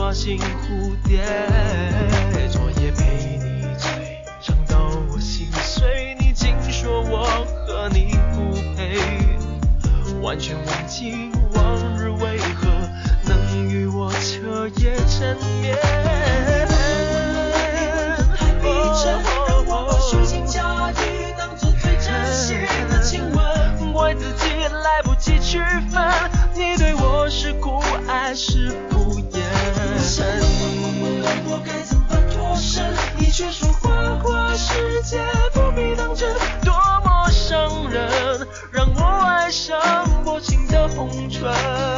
抓紧蝴蝶，昨夜被你追，伤到我心碎，你竟说我和你不配，完全忘记往日为何能与我彻夜缠绵。怪自己来不及区分，你对我是酷爱是敷衍。我该怎么脱身？你却说花花世界不必当真，多么伤人，让我爱上薄情的红唇。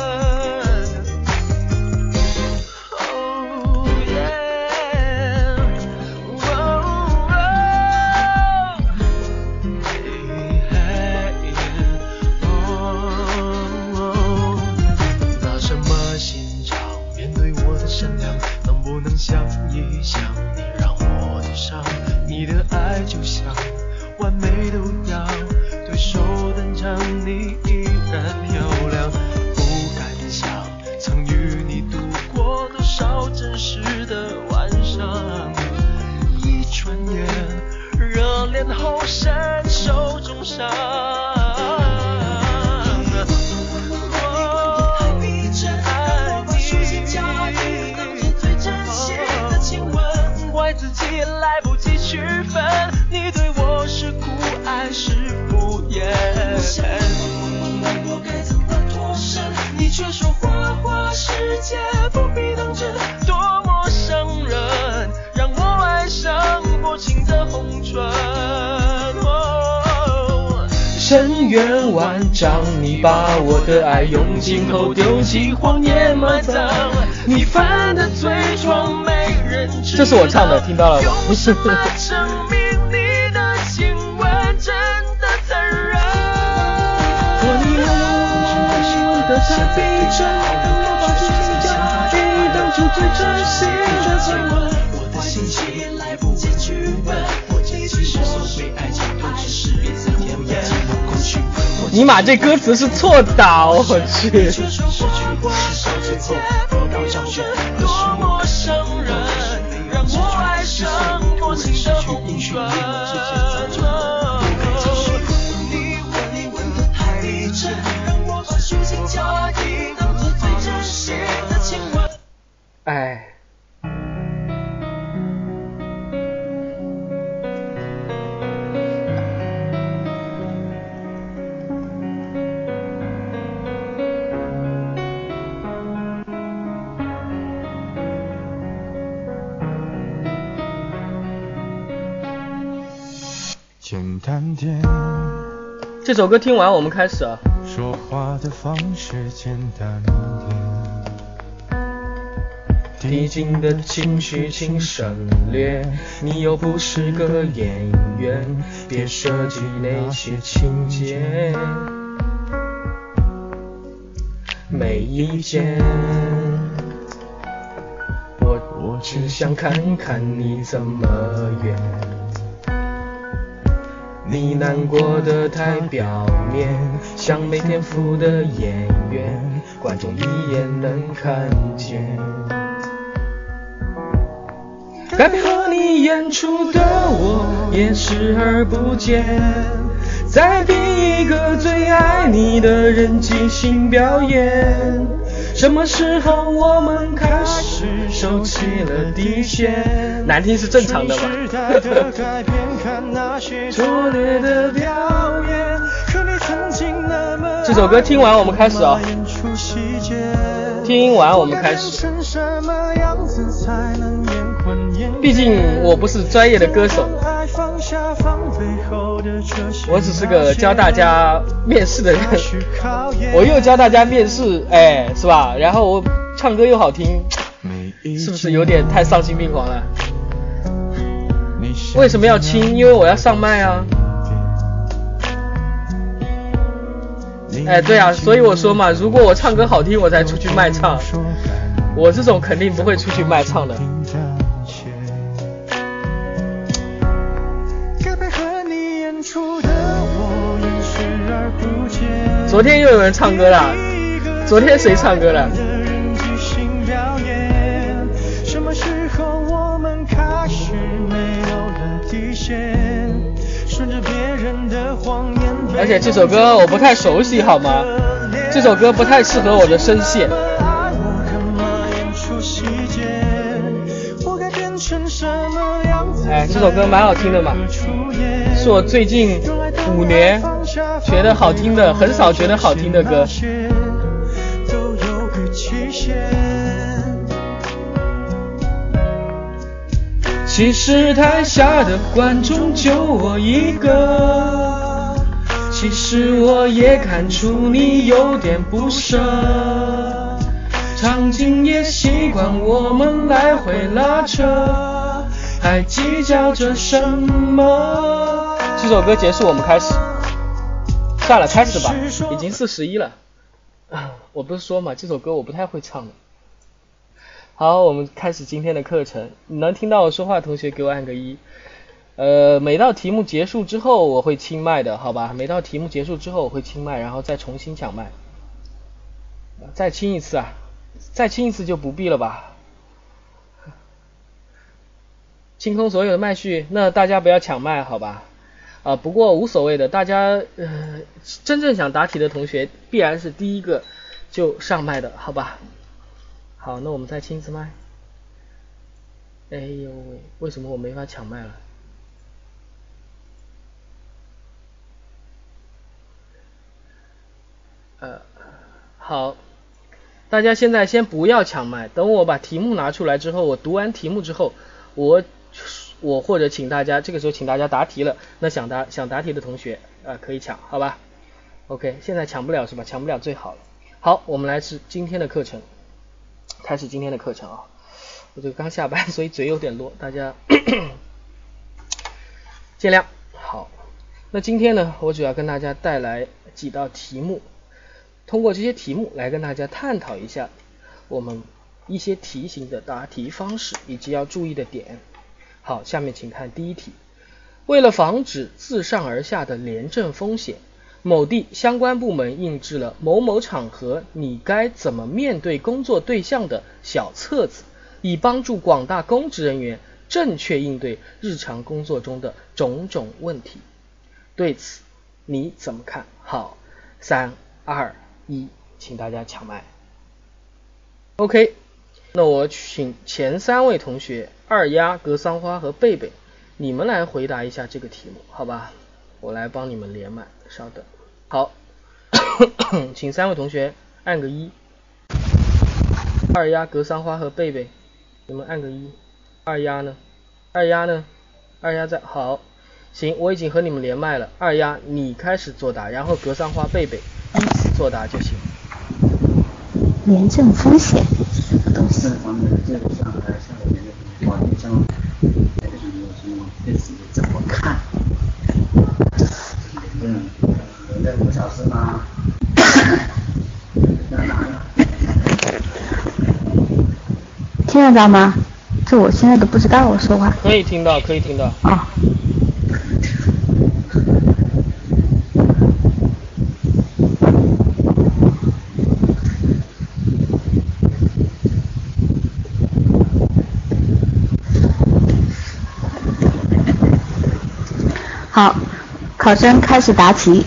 想一想你让我的伤，你的爱就像完美毒药，对手登场你依然漂亮，不敢想曾与你度过多少真实的晚上，一转眼热恋后身受重伤。自己来不及区分，你对我是酷爱是敷衍。我该怎么脱身？你却说花花世界不必当真，多么伤人，让我爱上薄情的红唇。深渊万丈，你把我的爱用尽后丢弃，谎言埋葬，你犯的罪状没人知道。 这是我唱的，听到了吗？ 用什么证明你的亲吻真的残忍？我你我的差别真，我把真心交给当初最真心的亲吻，我的心情来不及区分，我仅仅是所谓爱情都只是彼此甜言。 尼玛，这歌词是错的，我去。 多么伤人，让我爱上薄情的红唇。你吻得太逼真，让我把虚情假意当作最真心的亲吻。 哎。 简单点， 这首歌听完我们开始啊。 说话的方式简单点， 递进的情绪请省略，你又不是个演员，别设计那些情节，没意见。我只想看看你怎么圆，你难过的太表面，像没天赋的演员，观众一眼能看见。该配合你演出的我也视而不见，再逼一个最爱你的人即兴表演。什么时候我们开始收起了底线？难听是正常的吧？这首歌听完我们开始啊，听完我们开始。毕竟我不是专业的歌手，我只是个教大家面试的人，我又教大家面试，哎，是吧？然后我唱歌又好听，是不是有点太丧心病狂了？为什么要亲？因为我要上麦啊。哎，对啊，所以我说嘛，如果我唱歌好听，我才出去卖唱。我这种肯定不会出去卖唱的。昨天又有人唱歌了，昨天谁唱歌了？ 而且这首歌我不太熟悉好吗？这首歌不太适合我的声线。这首歌蛮好听的嘛，是我最近5年觉得好听的，很少觉得好听的歌。其实台下的观众就我一个，其实我也看出你有点不舍，场景也习惯我们来回拉扯，还计较着什么。这首歌结束我们开始，算了开始吧，已经41了。我不是说嘛，这首歌我不太会唱的。好，我们开始今天的课程。你能听到我说话的同学给我按个1。每到题目结束之后我会清麦的，好吧？每到题目结束之后我会清麦，然后再重新抢麦。再清一次啊？再清一次就不必了吧？清空所有的麦序，那大家不要抢麦，好吧？不过无所谓的，大家真正想答题的同学必然是第一个就上麦的，好吧？好，那我们再清一次麦。哎呦喂，为什么我没法抢麦了？好，大家现在先不要抢麦，等我把题目拿出来之后，我读完题目之后，我或者请大家，这个时候请大家答题了，那想答题的同学可以抢，好吧 ？OK， 现在抢不了是吧？抢不了最好了。好，我们来是今天的课程。开始今天的课程啊！我这个刚下班，所以嘴有点啰，大家见谅。好，那今天呢，我主要跟大家带来几道题目，通过这些题目来跟大家探讨一下我们一些题型的答题方式以及要注意的点。好，下面请看第一题。为了防止自上而下的廉政风险，某地相关部门印制了某某场合你该怎么面对工作对象的小册子，以帮助广大公职人员正确应对日常工作中的种种问题。对此你怎么看？好，3、2、1，请大家抢麦。OK， 那我请前3位同学二丫、格桑花和贝贝，你们来回答一下这个题目，好吧？我来帮你们连麦，稍等。好，请3位同学按个1。二丫、格桑花和贝贝，你们按个1。二丫呢？二丫在。好，行，我已经和你们连麦了。二丫你开始作答，然后格桑花、贝贝依次作答就行。 廉政风险这个东西，怎么看？有5小时吗？听得到吗？这我现在都不知道我说话。 可以听到。 哦。好，考生开始答题。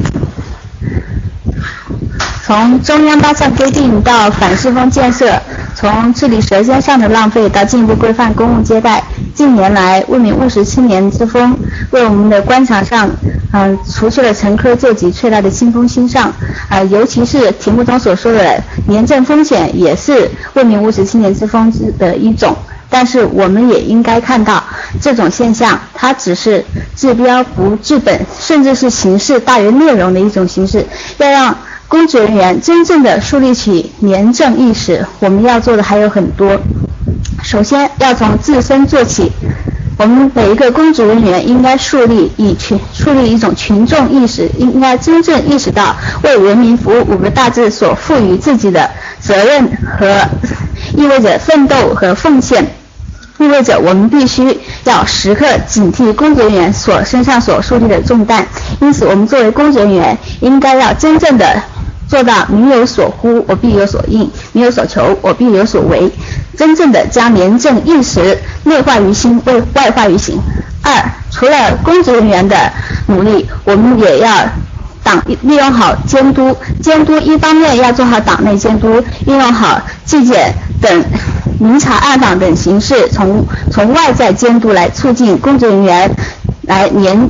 从中央8项规定到反世风建设，从治理舌尖上的浪费到进一步规范公务接待，近年来为民务实青年之风，为我们的官场上除去了沉疴救急，吹来的清风新上。尤其是题目中所说的廉政风险，也是为民务实青年之风的一种。但是我们也应该看到，这种现象它只是治标不治本，甚至是形式大于内容的一种形式。要让公职人员真正的树立起廉政意识，我们要做的还有很多。首先要从自身做起，我们每一个公职人员应该树立一种群众意识，应该真正意识到为人民服务5个大字所赋予自己的责任，和意味着奋斗和奉献，意味着我们必须要时刻警惕公职人员身上所树立的重担。因此我们作为公职人员应该要真正的做到民有所呼，我必有所应；民有所求，我必有所为。真正的将廉政意识内化于心，外化于行。2. 除了公职人员的努力，我们也要利用好监督，一方面要做好党内监督，利用好纪检等明察暗访等形式，从外在监督来促进公职人员来廉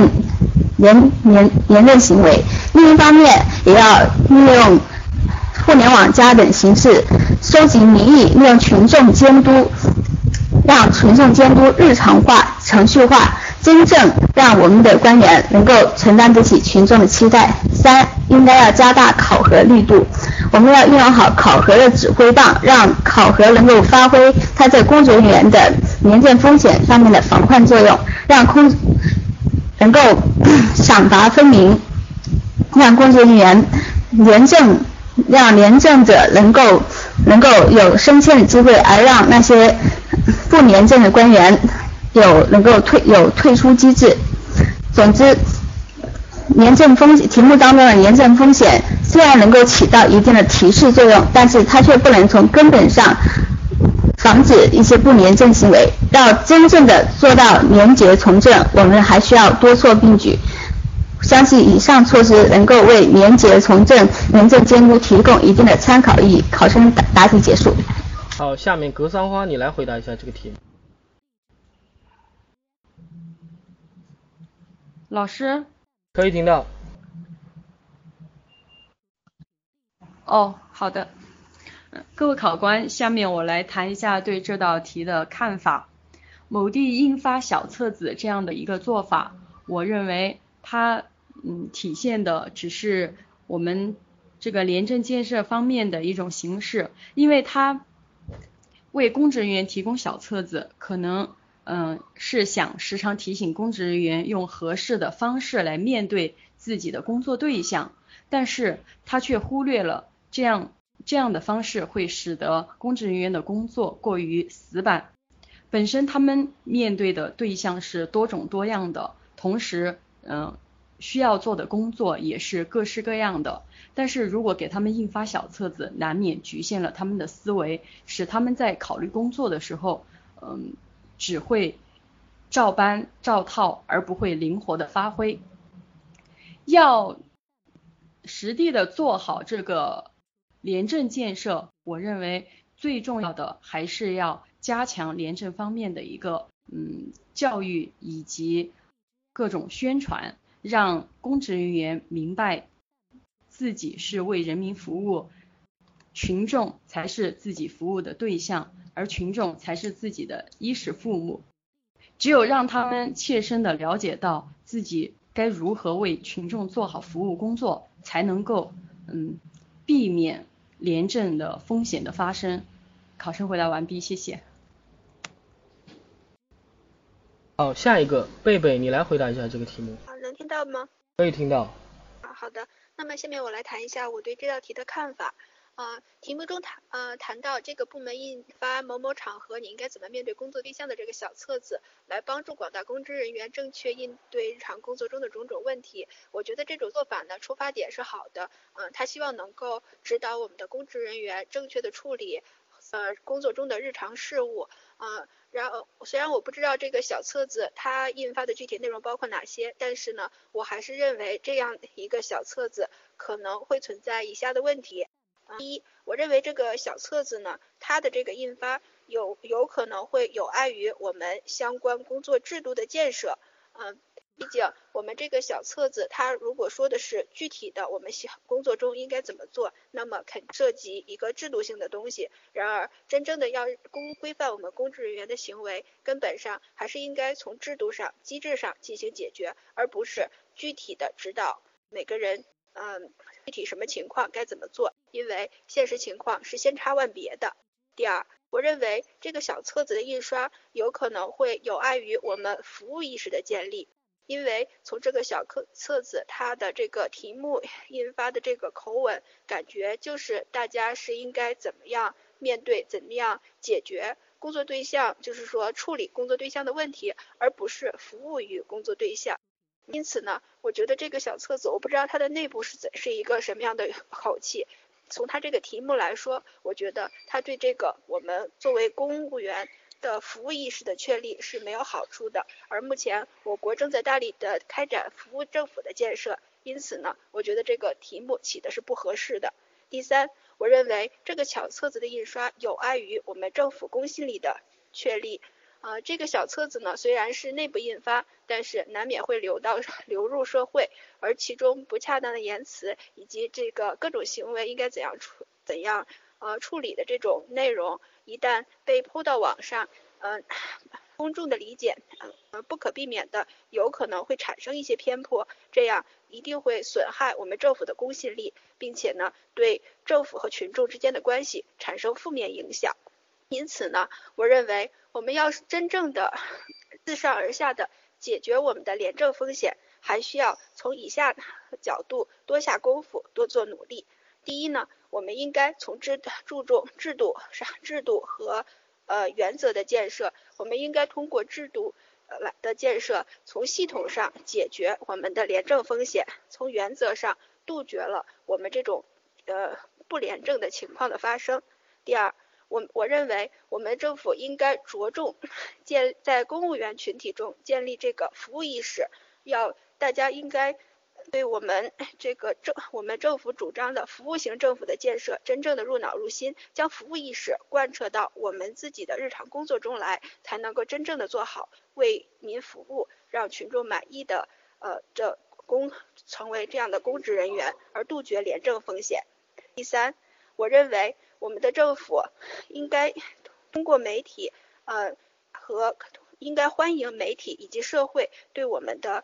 政行为。另一方面也要利用互联网等形式收集民意，利用群众监督，让群众监督日常化、程序化，真正让我们的官员能够承担得起群众的期待。三，应该要加大考核力度，我们要运用好考核的指挥棒，让考核能够发挥它在公职人员的廉政风险上面的防范作用，能够赏罚分明，让公职人员让廉政者能够有升迁的机会，而让那些不廉政的官员能够有退出机制。总之，题目当中的廉政风险虽然能够起到一定的提示作用，但是它却不能从根本上防止一些不廉政行为。要真正的做到廉洁从政，我们还需要多措并举。相信以上措施能够为廉洁从政、廉政监督提供一定的参考意义。考生答题结束。 好，下面格桑花你来回答一下这个题目。 老师？ 可以听到。 哦，好的。各位考官，下面我来谈一下对这道题的看法。某地印发小册子这样的一个做法，我认为它体现的只是我们这个廉政建设方面的一种形式，因为它为公职人员提供小册子，可能是想时常提醒公职人员用合适的方式来面对自己的工作对象，但是他却忽略了这样的方式会使得公职人员的工作过于死板。本身他们面对的对象是多种多样的，同时需要做的工作也是各式各样的，但是如果给他们印发小册子，难免局限了他们的思维，使他们在考虑工作的时候只会照搬照套，而不会灵活的发挥。要实地的做好这个廉政建设，我认为最重要的还是要加强廉政方面的一个教育以及各种宣传，让公职人员明白自己是为人民服务，群众才是自己服务的对象，而群众才是自己的衣食父母。只有让他们切身的了解到自己该如何为群众做好服务工作，才能够避免廉政的风险的发生。考生回答完毕，谢谢。 好，下一个贝贝，你来回答一下这个题目。 能听到吗？ 可以听到。 好的，那么下面我来谈一下我对这道题的看法。题目中谈到这个部门印发某某场合你应该怎么面对工作对象的这个小册子，来帮助广大公职人员正确应对日常工作中的种种问题。我觉得这种做法呢，出发点是好的，他希望能够指导我们的公职人员正确的处理工作中的日常事务。然后虽然我不知道这个小册子它印发的具体内容包括哪些，但是呢，我还是认为这样一个小册子可能会存在以下的问题。第一，我认为这个小册子呢，它的这个印发有可能会有碍于我们相关工作制度的建设。毕竟我们这个小册子它如果说的是具体的我们工作中应该怎么做，那么肯涉及一个制度性的东西。然而真正的要规范我们公职人员的行为，根本上还是应该从制度上机制上进行解决，而不是具体的指导每个人具体什么情况该怎么做，因为现实情况是千差万别的。第二，我认为这个小册子的印刷有可能会有碍于我们服务意识的建立，因为从这个小册子它的这个题目印发的这个口吻，感觉就是大家是应该怎么样面对，怎么样解决工作对象，就是说处理工作对象的问题，而不是服务于工作对象。因此呢，我觉得这个小册子，我不知道它的内部是一个什么样的口气。从它这个题目来说，我觉得它对这个我们作为公务员的服务意识的确立是没有好处的，而目前我国正在大力的开展服务政府的建设，因此呢，我觉得这个题目起的是不合适的。第三，我认为这个小册子的印刷有碍于我们政府公信力的确立。这个小册子呢，虽然是内部印发，但是难免会流入社会，而其中不恰当的言辞以及这个各种行为应该怎样处理的这种内容，一旦被抛到网上，公众的理解不可避免的有可能会产生一些偏颇，这样一定会损害我们政府的公信力，并且呢，对政府和群众之间的关系产生负面影响。因此呢，我认为我们要真正的自上而下的解决我们的廉政风险，还需要从以下角度多下功夫，多做努力。第一呢，我们应该从注重制度和原则的建设，我们应该通过制度的建设，从系统上解决我们的廉政风险，从原则上杜绝了我们这种不廉政的情况的发生。第二，我认为我们政府应该着重在公务员群体中建立这个服务意识，大家应该对我们政府主张的服务型政府的建设真正的入脑入心，将服务意识贯彻到我们自己的日常工作中来，才能够真正的做好为民服务，让群众满意的成为这样的公职人员，而杜绝廉政风险。第三，我认为我们的政府应该通过媒体应该欢迎媒体以及社会对我们的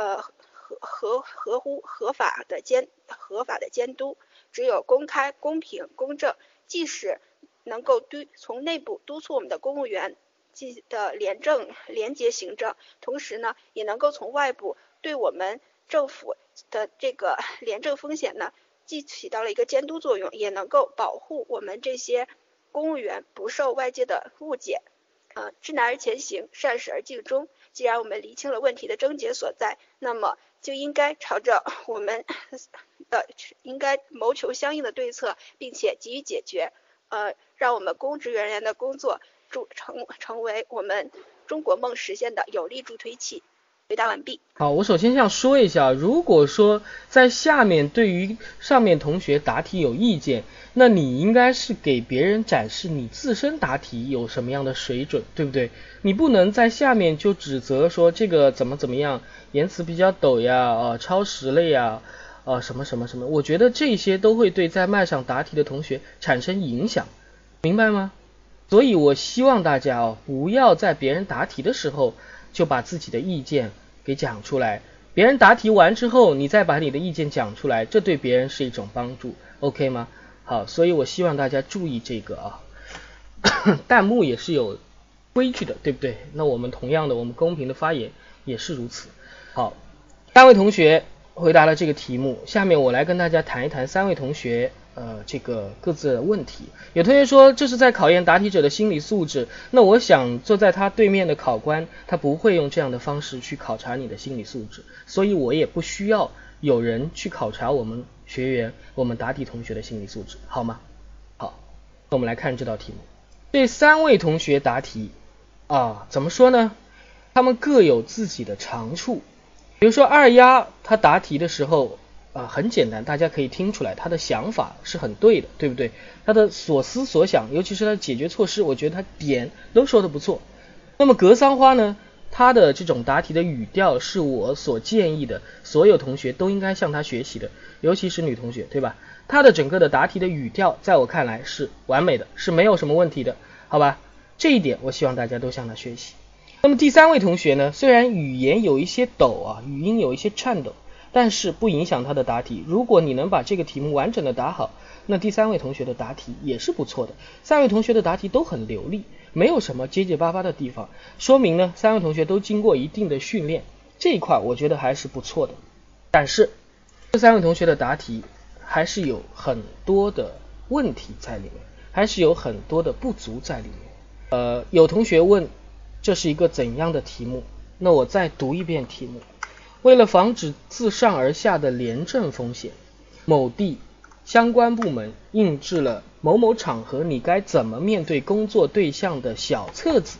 合法的监督，只有公开、公平、公正，即使能够从内部督促我们的公务员的廉洁行政，同时呢，也能够从外部对我们政府的这个廉政风险呢，既起到了一个监督作用，也能够保护我们这些公务员不受外界的误解。知难而前行，善始而敬终。既然我们厘清了问题的症结所在，那么就应该朝着我们应该谋求相应的对策，并且给予解决，让我们公职人员的工作成为我们中国梦实现的有力助推器。回答完毕。 好，我首先想说一下，如果说在下面对于上面同学答题有意见，那你应该是给别人展示你自身答题有什么样的水准，对不对？你不能在下面就指责说这个怎么样，言辞比较陡呀，超时了呀，什么，我觉得这些都会对在麦上答题的同学产生影响，明白吗？所以我希望大家不要在别人答题的时候就把自己的意见给讲出来，别人答题完之后你再把你的意见讲出来，这对别人是一种帮助， OK 吗？好，所以我希望大家注意这个弹幕也是有规矩的，对不对？那我们同样的，我们公平的发言也是如此。好，三位同学回答了这个题目，下面我来跟大家谈一谈三位同学这个各自的问题。有同学说这是在考验答题者的心理素质，那我想坐在他对面的考官他不会用这样的方式去考察你的心理素质，所以我也不需要有人去考察我们学员我们答题同学的心理素质，好吗？好，那我们来看这道题目。这三位同学答题怎么说呢？他们各有自己的长处。比如说二丫他答题的时候很简单，大家可以听出来他的想法是很对的，对不对？他的所思所想，尤其是他的解决措施，我觉得他点都说得不错。那么格桑花呢，他的这种答题的语调是我所建议的，所有同学都应该向他学习的，尤其是女同学，对吧？他的整个的答题的语调在我看来是完美的，是没有什么问题的，好吧？这一点我希望大家都向他学习。那么第三位同学呢，虽然语言有一些抖语音有一些颤抖，但是不影响他的答题。如果你能把这个题目完整的答好，那第三位同学的答题也是不错的。三位同学的答题都很流利，没有什么结结巴巴的地方，说明呢三位同学都经过一定的训练，这一块我觉得还是不错的。但是这三位同学的答题还是有很多的问题在里面，还是有很多的不足在里面。有同学问这是一个怎样的题目，那我再读一遍题目。为了防止自上而下的廉政风险，某地相关部门印制了某某场合你该怎么面对工作对象的小册子，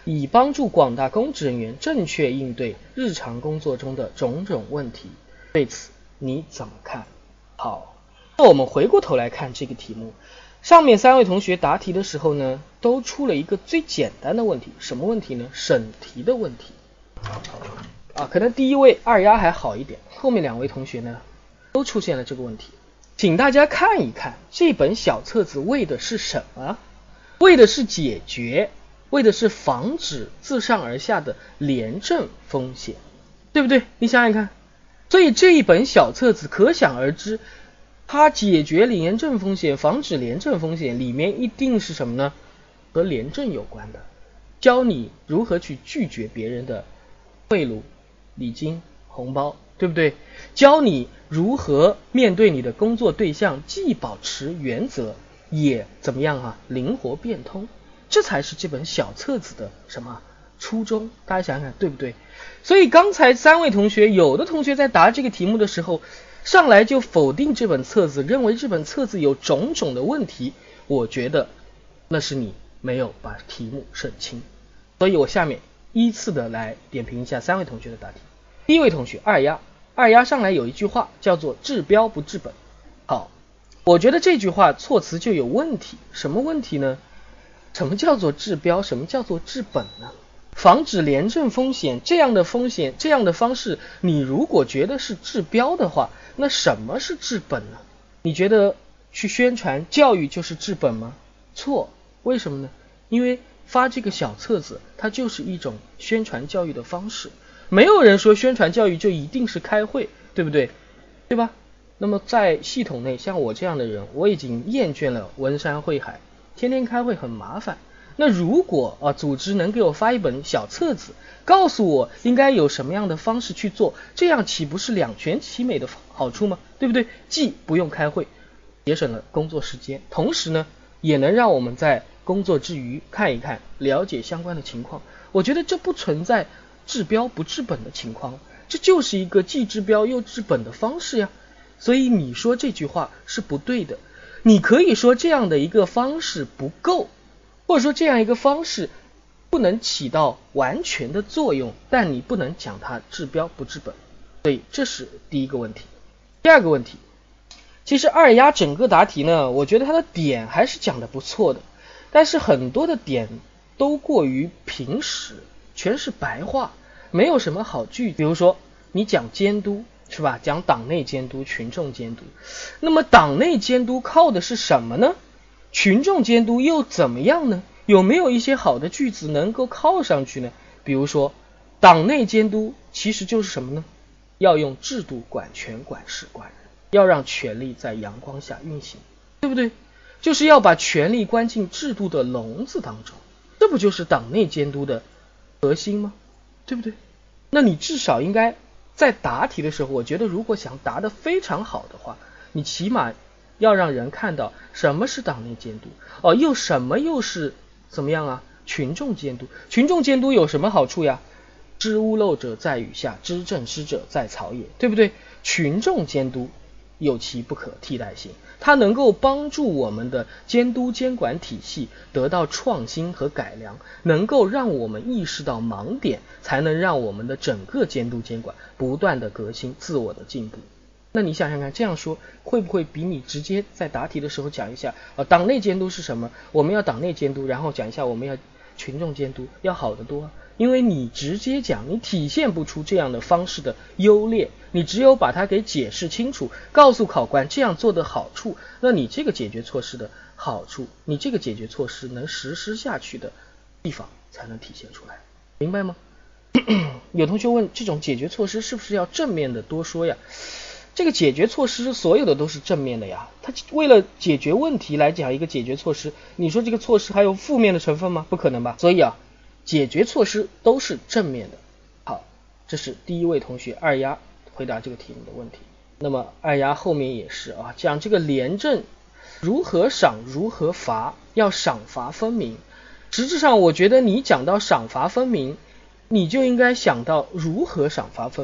以帮助广大公职人员正确应对日常工作中的种种问题。对此你怎么看？好，那我们回过头来看这个题目，上面3位同学答题的时候呢，都出了一个最简单的问题。什么问题呢？审题的问题可能第一位二丫还好一点，后面2位同学呢都出现了这个问题。请大家看一看这本小册子为的是什么？为的是解决，为的是防止自上而下的廉政风险，对不对？你想想看，所以这一本小册子可想而知，它解决廉政风险，防止廉政风险，里面一定是什么呢？和廉政有关的，教你如何去拒绝别人的贿赂、礼金、红包，对不对？教你如何面对你的工作对象，既保持原则，也怎么样灵活变通。这才是这本小册子的什么初衷？大家想想对不对？所以刚才3位同学，有的同学在答这个题目的时候，上来就否定这本册子，认为这本册子有种种的问题。我觉得那是你没有把题目审清。所以我下面依次的来点评一下3位同学的答题。第一位同学二丫上来有一句话叫做治标不治本。好，我觉得这句话措辞就有问题。什么问题呢？什么叫做治标？什么叫做治本呢？防止廉政风险，这样的风险，这样的方式，你如果觉得是治标的话，那什么是治本呢？你觉得去宣传教育就是治本吗？错。为什么呢？因为发这个小册子，它就是一种宣传教育的方式。没有人说宣传教育就一定是开会，对不对？对吧？那么在系统内，像我这样的人，我已经厌倦了文山会海，天天开会很麻烦。那如果组织能给我发一本小册子，告诉我应该有什么样的方式去做，这样岂不是两全其美的好处吗？对不对？既不用开会，节省了工作时间，同时呢，也能让我们在工作之余看一看，了解相关的情况。我觉得这不存在治标不治本的情况，这就是一个既治标又治本的方式呀。所以你说这句话是不对的。你可以说这样的一个方式不够，或者说这样一个方式不能起到完全的作用，但你不能讲它治标不治本。所以这是第一个问题。第二个问题，其实二丫整个答题呢，我觉得它的点还是讲得不错的，但是很多的点都过于平实，全是白话，没有什么好句。比如说你讲监督是吧，讲党内监督、群众监督，那么党内监督靠的是什么呢？群众监督又怎么样呢？有没有一些好的句子能够靠上去呢？比如说党内监督其实就是什么呢？要用制度管权、管事、管人，要让权力在阳光下运行，对不对？就是要把权力关进制度的笼子当中，这不就是党内监督的核心吗？对不对？那你至少应该在答题的时候，我觉得如果想答得非常好的话，你起码要让人看到什么是党内监督，又是怎么样啊？群众监督。群众监督有什么好处呀？知屋漏者在雨下，知政失者在草野，对不对？群众监督有其不可替代性，它能够帮助我们的监督监管体系得到创新和改良，能够让我们意识到盲点，才能让我们的整个监督监管不断的革新，自我的进步。那你想想看，这样说会不会比你直接在答题的时候讲一下党内监督是什么，我们要党内监督，然后讲一下我们要群众监督，要好得多。因为你直接讲，你体现不出这样的方式的优劣，你只有把它给解释清楚，告诉考官这样做的好处，那你这个解决措施的好处，你这个解决措施能实施下去的地方才能体现出来，明白吗？有同学问，这种解决措施是不是要正面的多说呀？这个解决措施所有的都是正面的呀，它为了解决问题来讲一个解决措施，你说这个措施还有负面的成分吗？不可能吧。所以解决措施都是正面的。好，这是第一位同学二丫回答这个题目的问题。那么二丫后面也是讲这个廉政如何赏如何罚，要赏罚分明。实质上我觉得你讲到赏罚分明，你就应该想到如何赏罚分明。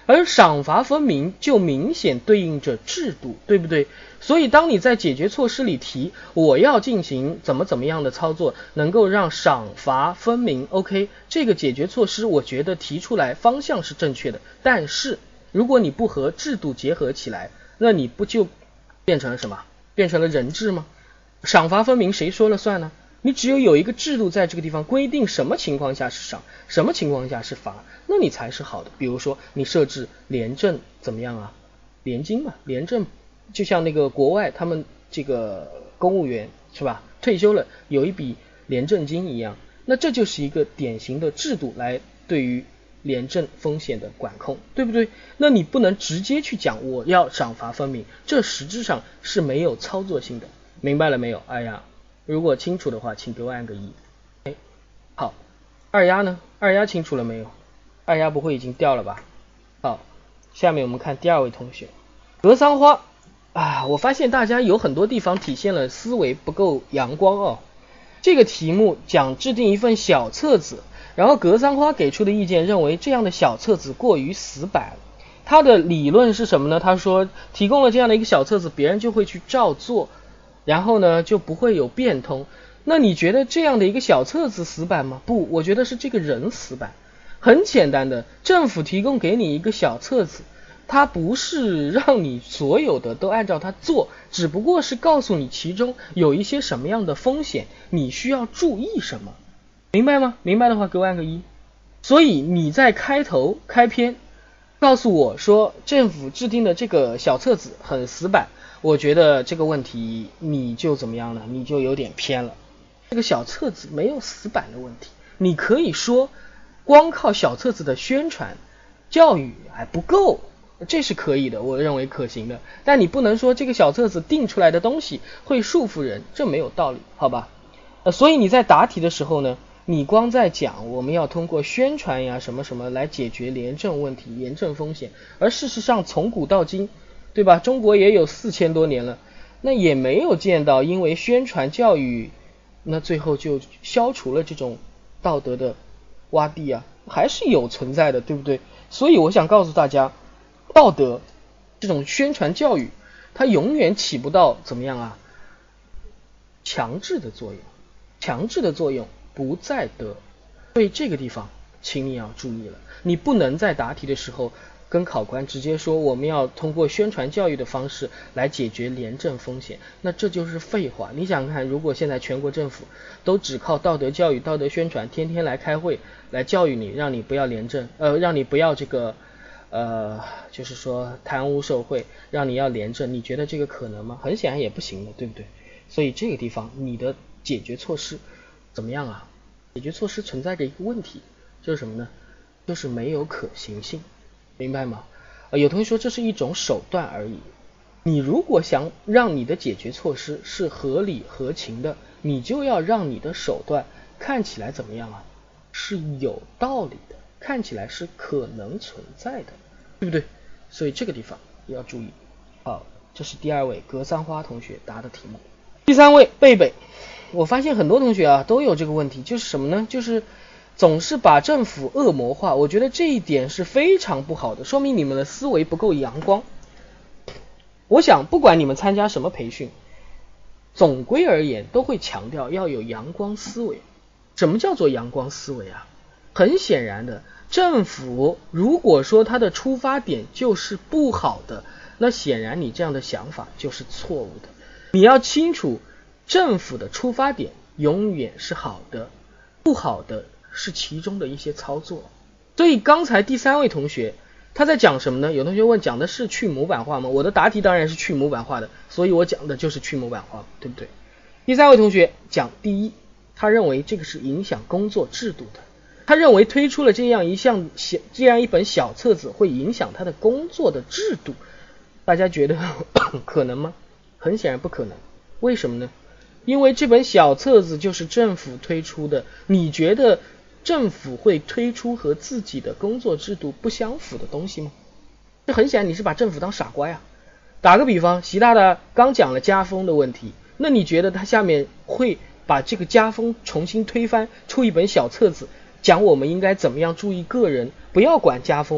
而赏罚分明就明显对应着制度，对不对？所以当你在解决措施里提我要进行怎么样的操作，能够让赏罚分明 OK， 这个解决措施我觉得提出来方向是正确的，但是如果你不和制度结合起来，那你不就变成了什么？变成了人治吗？赏罚分明谁说了算呢？你只有一个制度在这个地方规定什么情况下是赏，什么情况下是罚，那你才是好的。比如说你设置廉政怎么样啊？廉金嘛，廉政就像那个国外他们这个公务员是吧，退休了有一笔廉政金一样，那这就是一个典型的制度来对于廉政风险的管控，对不对？那你不能直接去讲我要赏罚分明，这实质上是没有操作性的，明白了没有？哎呀，如果清楚的话请给我按个一。好，二丫呢？二丫清楚了没有？二丫不会已经掉了吧？好，下面我们看第二位同学格桑花啊，我发现大家有很多地方体现了思维不够阳光哦。这个题目讲制定一份小册子，然后格桑花给出的意见认为这样的小册子过于死板。他的理论是什么呢？他说提供了这样的一个小册子，别人就会去照做，然后呢就不会有变通。那你觉得这样的一个小册子死板吗？不，我觉得是这个人死板。很简单的，政府提供给你一个小册子，它不是让你所有的都按照它做，只不过是告诉你其中有一些什么样的风险，你需要注意什么，明白吗？明白的话给我按个一。所以你在开头开篇告诉我说政府制定的这个小册子很死板，我觉得这个问题你就怎么样呢？你就有点偏了。这个小册子没有死板的问题，你可以说光靠小册子的宣传教育还不够，这是可以的，我认为可行的，但你不能说这个小册子定出来的东西会束缚人，这没有道理，好吧？所以你在答题的时候呢，你光在讲我们要通过宣传呀什么什么来解决廉政问题、廉政风险，而事实上从古到今，对吧？中国也有4000多年了，那也没有见到因为宣传教育，那最后就消除了这种道德的洼地啊，还是有存在的，对不对？所以我想告诉大家，道德这种宣传教育它永远起不到怎么样啊强制的作用，强制的作用不在德。所以这个地方请你要注意了，你不能在答题的时候跟考官直接说我们要通过宣传教育的方式来解决廉政风险，那这就是废话。你想看，如果现在全国政府都只靠道德教育、道德宣传，天天来开会来教育你，让你不要廉政，让你不要这个就是说贪污受贿，让你要廉政，你觉得这个可能吗？很显然也不行的，对不对？所以这个地方你的解决措施怎么样啊？解决措施存在着一个问题，就是什么呢？就是没有可行性，明白吗？有同学说这是一种手段而已，你如果想让你的解决措施是合理合情的，你就要让你的手段看起来怎么样啊？是有道理的，看起来是可能存在的，对不对？所以这个地方要注意。好，这是第二位格桑花同学答的题目。第三位贝贝，我发现很多同学啊都有这个问题，就是什么呢？就是总是把政府恶魔化，我觉得这一点是非常不好的，说明你们的思维不够阳光。我想不管你们参加什么培训，总归而言都会强调要有阳光思维。什么叫做阳光思维啊？很显然的，政府如果说它的出发点就是不好的，那显然你这样的想法就是错误的。你要清楚，政府的出发点永远是好的，不好的是其中的一些操作。所以刚才第三位同学他在讲什么呢？有同学问讲的是去模板化吗？我的答题当然是去模板化的，所以我讲的就是去模板化，对不对？第三位同学讲第一，他认为这个是影响工作制度的，他认为推出了这样一本小册子会影响他的工作的制度。大家觉得可能吗？很显然不可能。为什么呢？因为这本小册子就是政府推出的，你觉得政府会推出和自己的工作制度不相符的东西吗？这很显然你是把政府当傻瓜呀。打个比方，习大大刚讲了家风的问题，那你觉得他下面会把这个家风重新推翻，出一本小册子讲我们应该怎么样注意个人，不要管家风吗？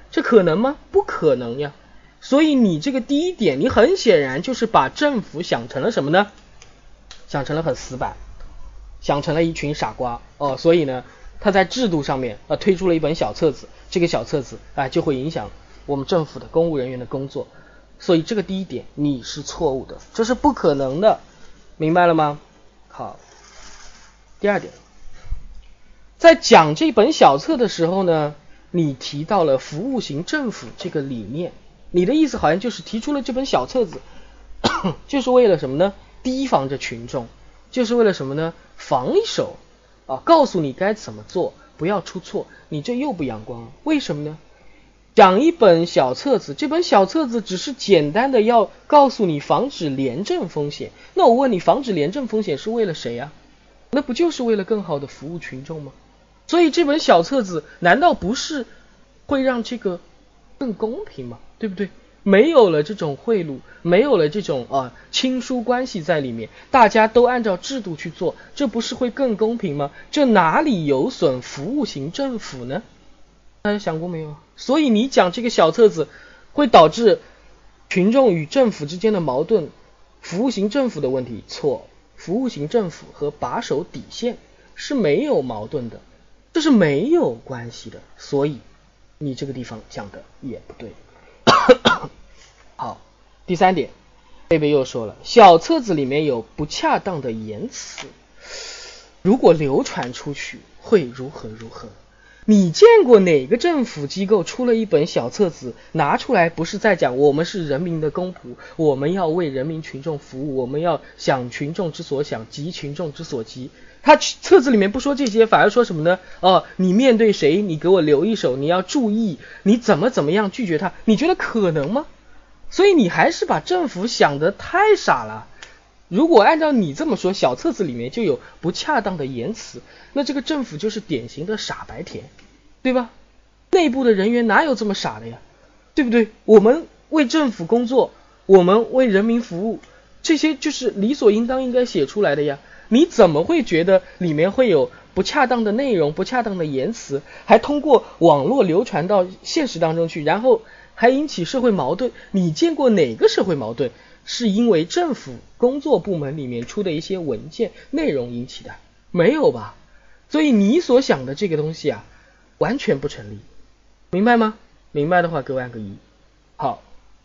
这可能吗？不可能呀。所以你这个第一点，你很显然就是把政府想成了什么呢？想成了很死板，想成了一群傻瓜哦。所以呢，他在制度上面推出了一本小册子，这个小册子就会影响我们政府的公务人员的工作。所以这个第一点你是错误的，这是不可能的，明白了吗？好，第二点，在讲这本小册的时候呢，你提到了服务型政府这个理念，你的意思好像就是提出了这本小册子就是为了什么呢？提防着群众，就是为了什么呢？防一手告诉你该怎么做，不要出错。你这又不阳光了，为什么呢？讲一本小册子，这本小册子只是简单的要告诉你防止廉政风险。那我问你，防止廉政风险是为了谁啊？那不就是为了更好的服务群众吗？所以这本小册子难道不是会让这个更公平吗？对不对？没有了这种贿赂，没有了这种亲疏关系在里面，大家都按照制度去做，这不是会更公平吗？这哪里有损服务型政府呢？大家想过没有？所以你讲这个小册子会导致群众与政府之间的矛盾，服务型政府的问题，错。服务型政府和把守底线是没有矛盾的，这是没有关系的，所以你这个地方讲的也不对。好，第三点，贝贝又说了，小册子里面有不恰当的言辞，如果流传出去会如何如何。你见过哪个政府机构出了一本小册子拿出来不是在讲我们是人民的公仆，我们要为人民群众服务，我们要想群众之所想，急群众之所急。他册子里面不说这些，反而说什么呢？你面对谁你给我留一手，你要注意你怎么样拒绝他。你觉得可能吗？所以你还是把政府想得太傻了。如果按照你这么说，小册子里面就有不恰当的言辞，那这个政府就是典型的傻白甜，对吧？内部的人员哪有这么傻的呀？对不对？我们为政府工作，我们为人民服务，这些就是理所应当应该写出来的呀。你怎么会觉得里面会有不恰当的内容，不恰当的言辞，还通过网络流传到现实当中去，然后还引起社会矛盾？你见过哪个社会矛盾是因为政府工作部门里面出的一些文件内容引起的？没有吧？所以你所想的这个东西完全不成立，明白吗？明白的话给我按个1。好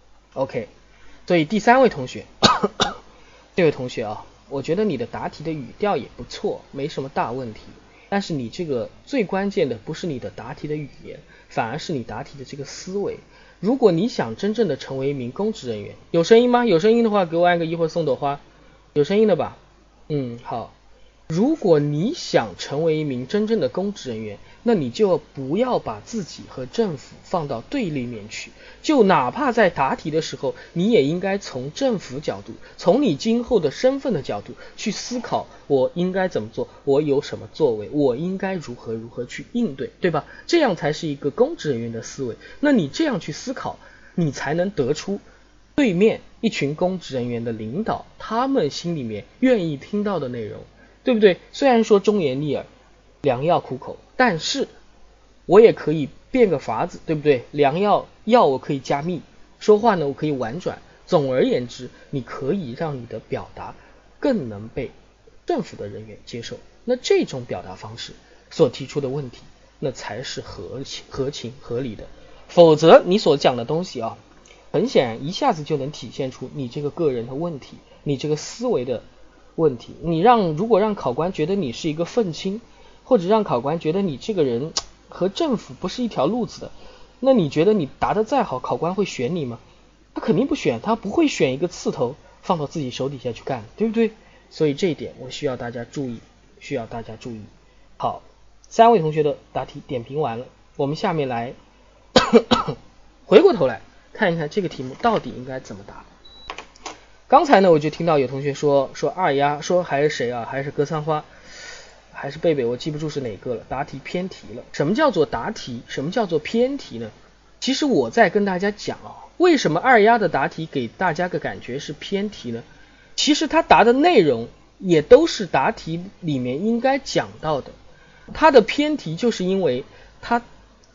OK， 所以第三位同学这位同学我觉得你的答题的语调也不错，没什么大问题，但是你这个最关键的不是你的答题的语言，反而是你答题的这个思维。如果你想真正的成为一名公职人员，有声音吗？有声音的话给我按个1或送朵花。有声音的吧？好。如果你想成为一名真正的公职人员，那你就不要把自己和政府放到对立面去，就哪怕在答题的时候，你也应该从政府角度，从你今后的身份的角度去思考，我应该怎么做，我有什么作为，我应该如何去应对，对吧？这样才是一个公职人员的思维。那你这样去思考，你才能得出对面一群公职人员的领导他们心里面愿意听到的内容，对不对？虽然说忠言逆耳，良药苦口，但是我也可以变个法子，对不对？良药我可以加蜜，说话呢我可以婉转。总而言之，你可以让你的表达更能被政府的人员接受。那这种表达方式所提出的问题，那才是合情合理的。否则你所讲的东西很显然一下子就能体现出你这个个人的问题，你这个思维的问题。如果让考官觉得你是一个愤青，或者让考官觉得你这个人和政府不是一条路子的，那你觉得你答得再好，考官会选你吗？他肯定不选，他不会选一个刺头放到自己手底下去干，对不对？所以这一点我需要大家注意。好，3位同学的答题点评完了，我们下面来回过头来看一看这个题目到底应该怎么答。刚才呢我就听到有同学说二丫，说还是谁还是格桑花，还是贝贝，我记不住是哪个了，答题偏题了。什么叫做答题，什么叫做偏题呢？其实我在跟大家讲为什么二丫的答题给大家个感觉是偏题呢？其实他答的内容也都是答题里面应该讲到的，他的偏题就是因为他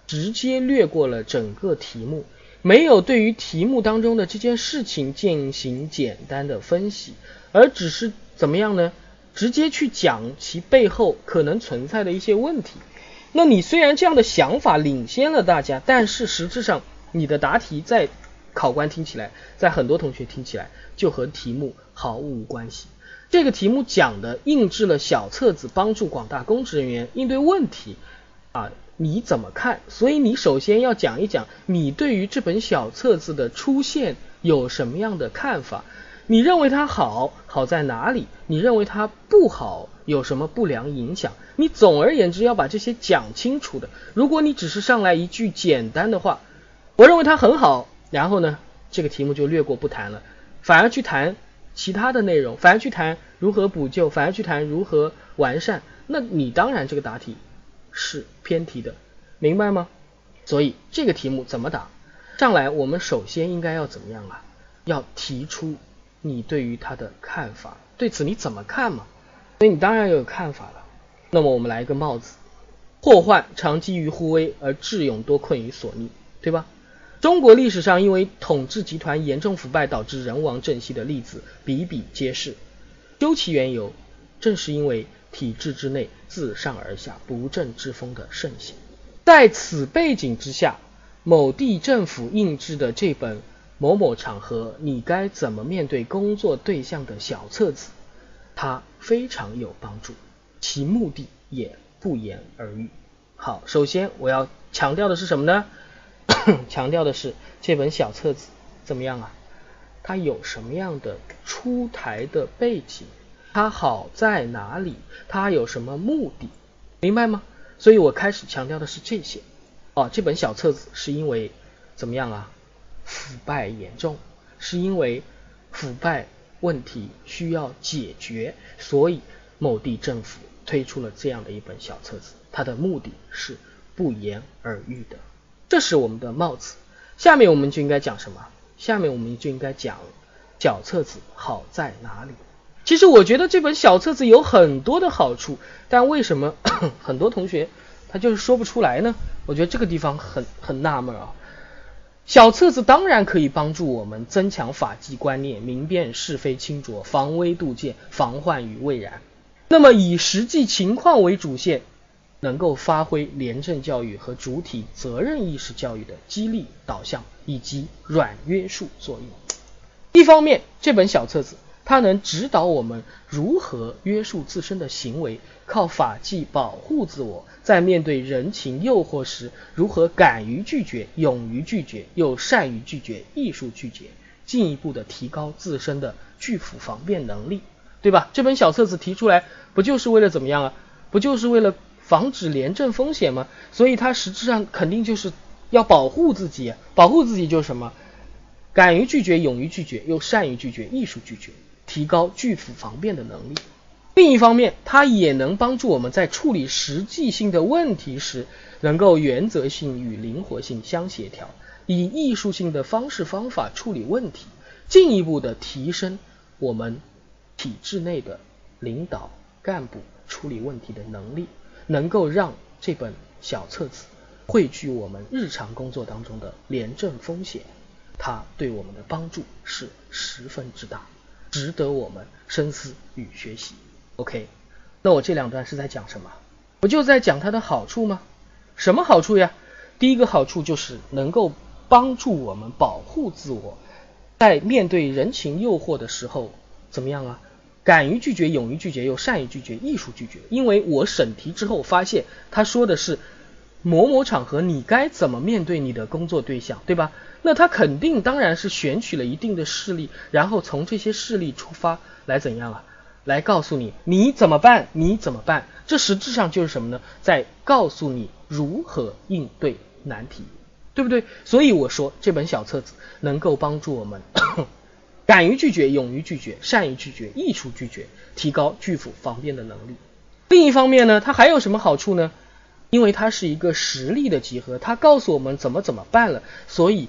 直接略过了整个题目，没有对于题目当中的这件事情进行简单的分析，而只是怎么样呢？直接去讲其背后可能存在的一些问题。那你虽然这样的想法领先了大家，但是实质上你的答题在考官听起来，在很多同学听起来就和题目毫无关系。这个题目讲的印制了小册子帮助广大公职人员应对问题你怎么看？所以你首先要讲一讲你对于这本小册子的出现有什么样的看法，你认为它好在哪里？你认为它不好有什么不良影响？你总而言之要把这些讲清楚的。如果你只是上来一句简单的话，我认为它很好，然后呢这个题目就略过不谈了，反而去谈其他的内容，反而去谈如何补救，反而去谈如何完善，那你当然这个答题是偏题的，明白吗？所以这个题目怎么答？上来我们首先应该要怎么样要提出你对于它的看法，对此你怎么看嘛？所以你当然要有看法了。那么我们来一个帽子，祸患常基于忽微，而智勇多困于所逆，对吧？中国历史上因为统治集团严重腐败导致人亡政息的例子比比皆是，究其缘由，正是因为体制之内自上而下不正之风的盛行。在此背景之下，某地政府印制的这本某某场合你该怎么面对工作对象的小册子，它非常有帮助，其目的也不言而喻。好，首先我要强调的是什么呢？强调的是这本小册子怎么样它有什么样的出台的背景，它好在哪里，它有什么目的，明白吗？所以我开始强调的是这些这本小册子是因为怎么样腐败严重，是因为腐败问题需要解决，所以某地政府推出了这样的一本小册子，它的目的是不言而喻的。这是我们的帽子。下面我们就应该讲什么？下面我们就应该讲小册子好在哪里。其实我觉得这本小册子有很多的好处，但为什么很多同学他就是说不出来呢？我觉得这个地方很纳闷小册子当然可以帮助我们增强法纪观念，明辨是非清浊，防微杜渐，防患于未然。那么以实际情况为主线，能够发挥廉政教育和主体责任意识教育的激励导向以及软约束作用。一方面，这本小册子它能指导我们如何约束自身的行为，靠法纪保护自我，在面对人情诱惑时如何敢于拒绝，勇于拒绝，又善于拒绝，艺术拒绝，进一步的提高自身的拒腐防辩能力，对吧？这本小册子提出来不就是为了怎么样不就是为了防止廉政风险吗？所以它实质上肯定就是要保护自己，保护自己就是什么？敢于拒绝，勇于拒绝，又善于拒绝，艺术拒绝，提高拒腐防辩的能力。另一方面，它也能帮助我们在处理实际性的问题时，能够原则性与灵活性相协调，以艺术性的方式方法处理问题，进一步的提升我们体制内的领导干部处理问题的能力，能够让这本小册子汇聚我们日常工作当中的廉政风险，它对我们的帮助是十分之大，值得我们深思与学习。 OK， 那我这两段是在讲什么？不就在讲它的好处吗？什么好处呀？第一个好处就是能够帮助我们保护自我，在面对人情诱惑的时候怎么样敢于拒绝，勇于拒绝，又善于拒绝，艺术拒绝。因为我审题之后发现他说的是某某场合你该怎么面对你的工作对象，对吧？那他肯定当然是选取了一定的事例，然后从这些事例出发来怎样来告诉你你怎么办，你怎么办。这实质上就是什么呢？在告诉你如何应对难题，对不对？所以我说这本小册子能够帮助我们敢于拒绝，勇于拒绝，善于拒绝，艺术拒绝，提高拒腐防辩的能力。另一方面呢，它还有什么好处呢？因为它是一个实例的集合，它告诉我们怎么办了，所以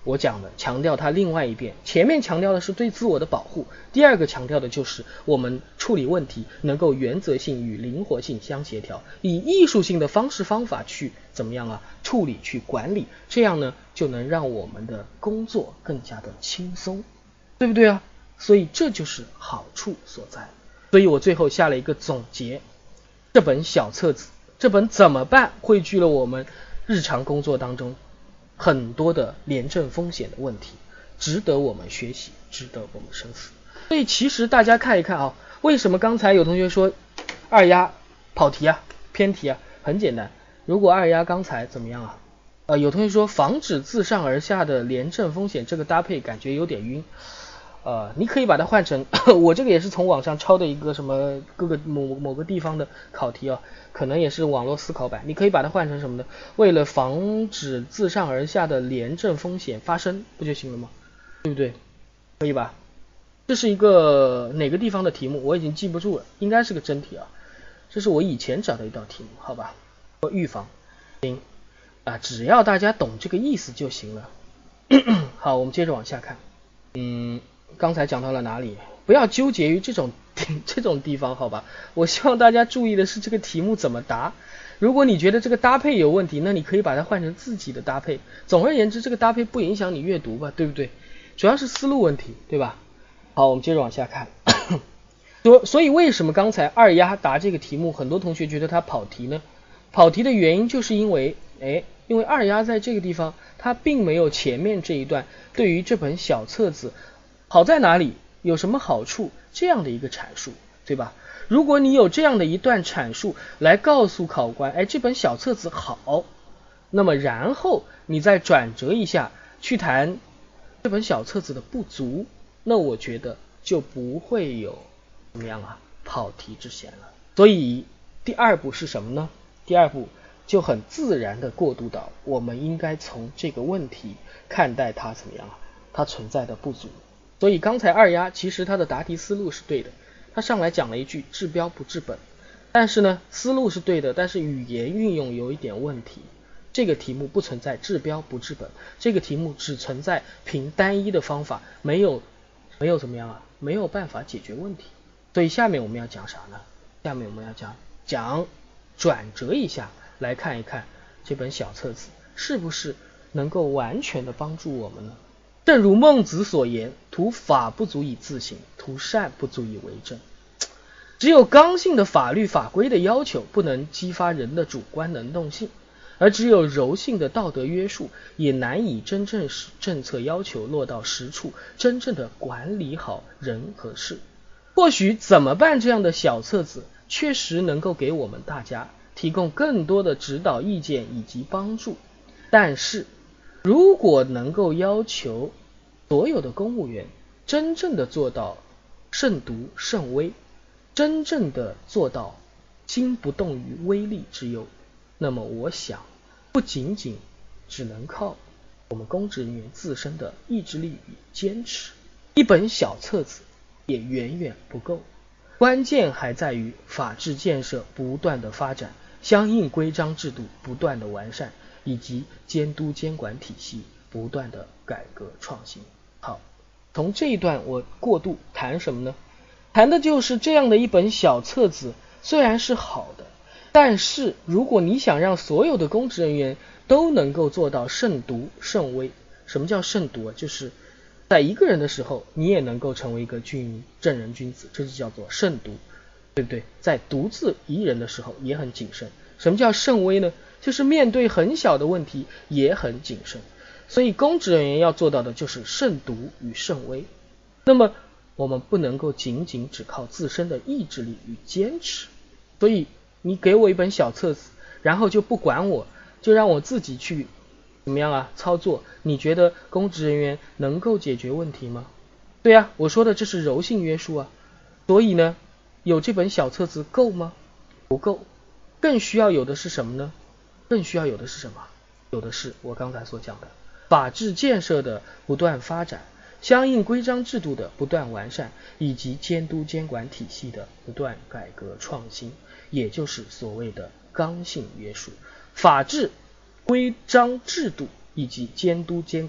我讲的强调它另外一边，前面强调的是对自我的保护，第二个强调的就是我们处理问题能够原则性与灵活性相协调，以艺术性的方式方法去怎么样啊处理去管理，这样呢就能让我们的工作更加的轻松，对不对啊？所以这就是好处所在。所以我最后下了一个总结，这本小册子，这本怎么办汇聚了我们日常工作当中很多的廉政风险的问题，值得我们学习，值得我们深思。所以其实大家看一看啊，为什么刚才有同学说二丫跑题啊偏题啊，很简单，如果二丫刚才怎么样啊有同学说防止自上而下的廉政风险，这个搭配感觉有点晕，你可以把它换成我这个也是从网上抄的一个什么各个某个地方的考题啊，可能也是网络思考版，你可以把它换成什么呢？为了防止自上而下的廉政风险发生，不就行了吗？对不对？可以吧？这是一个哪个地方的题目我已经记不住了，应该是个真题啊，这是我以前找的一道题目，好吧？预防行只要大家懂这个意思就行了好，我们接着往下看。刚才讲到了哪里？不要纠结于这种地方，好吧？我希望大家注意的是这个题目怎么答。如果你觉得这个搭配有问题，那你可以把它换成自己的搭配。总而言之，这个搭配不影响你阅读吧，对不对？主要是思路问题，对吧？好，我们接着往下看。所以为什么刚才二丫答这个题目，很多同学觉得他跑题呢？跑题的原因就是因为二丫在这个地方他并没有前面这一段对于这本小册子好在哪里，有什么好处这样的一个阐述，对吧？如果你有这样的一段阐述来告诉考官这本小册子好，那么然后你再转折一下去谈这本小册子的不足，那我觉得就不会有怎么样跑题之嫌了。所以第二步是什么呢？第二步就很自然的过渡到我们应该从这个问题看待它怎么样它存在的不足。所以刚才二丫其实他的答题思路是对的，他上来讲了一句治标不治本，但是呢思路是对的，但是语言运用有一点问题。这个题目不存在治标不治本，这个题目只存在凭单一的方法没有怎么样没有办法解决问题。所以下面我们要讲啥呢？下面我们要讲转折一下来看一看这本小册子是不是能够完全的帮助我们呢？正如孟子所言，图法不足以自行，图善不足以为政。只有刚性的法律法规的要求不能激发人的主观能动性，而只有柔性的道德约束也难以真正使政策要求落到实处，真正的管理好人和事。或许怎么办这样的小册子确实能够给我们大家提供更多的指导意见以及帮助，但是如果能够要求所有的公务员真正的做到慎独慎微，真正的做到心不动于微利之忧，那么我想不仅仅只能靠我们公职人员自身的意志力与坚持，一本小册子也远远不够。关键还在于法治建设不断的发展，相应规章制度不断的完善，以及监督监管体系不断的改革创新。好，从这一段我过渡谈什么呢？谈的就是这样的一本小册子虽然是好的，但是如果你想让所有的公职人员都能够做到慎独慎微，什么叫慎独就是在一个人的时候你也能够成为一个正人君子，这就叫做慎独，对不对？在独自一人的时候也很谨慎。什么叫慎微呢？就是面对很小的问题也很谨慎。所以公职人员要做到的就是慎独与慎微。那么我们不能够仅仅只靠自身的意志力与坚持。所以你给我一本小册子，然后就不管我，就让我自己去怎么样操作，你觉得公职人员能够解决问题吗？对啊，我说的这是柔性约束啊。所以呢，有这本小册子够吗？不够。更需要有的是什么呢？更需要有的是什么？有的是我刚才所讲的法治建设的不断发展，相应规章制度的不断完善，以及监督监管体系的不断改革创新，也就是所谓的刚性约束。法治、规章制度以及监督监管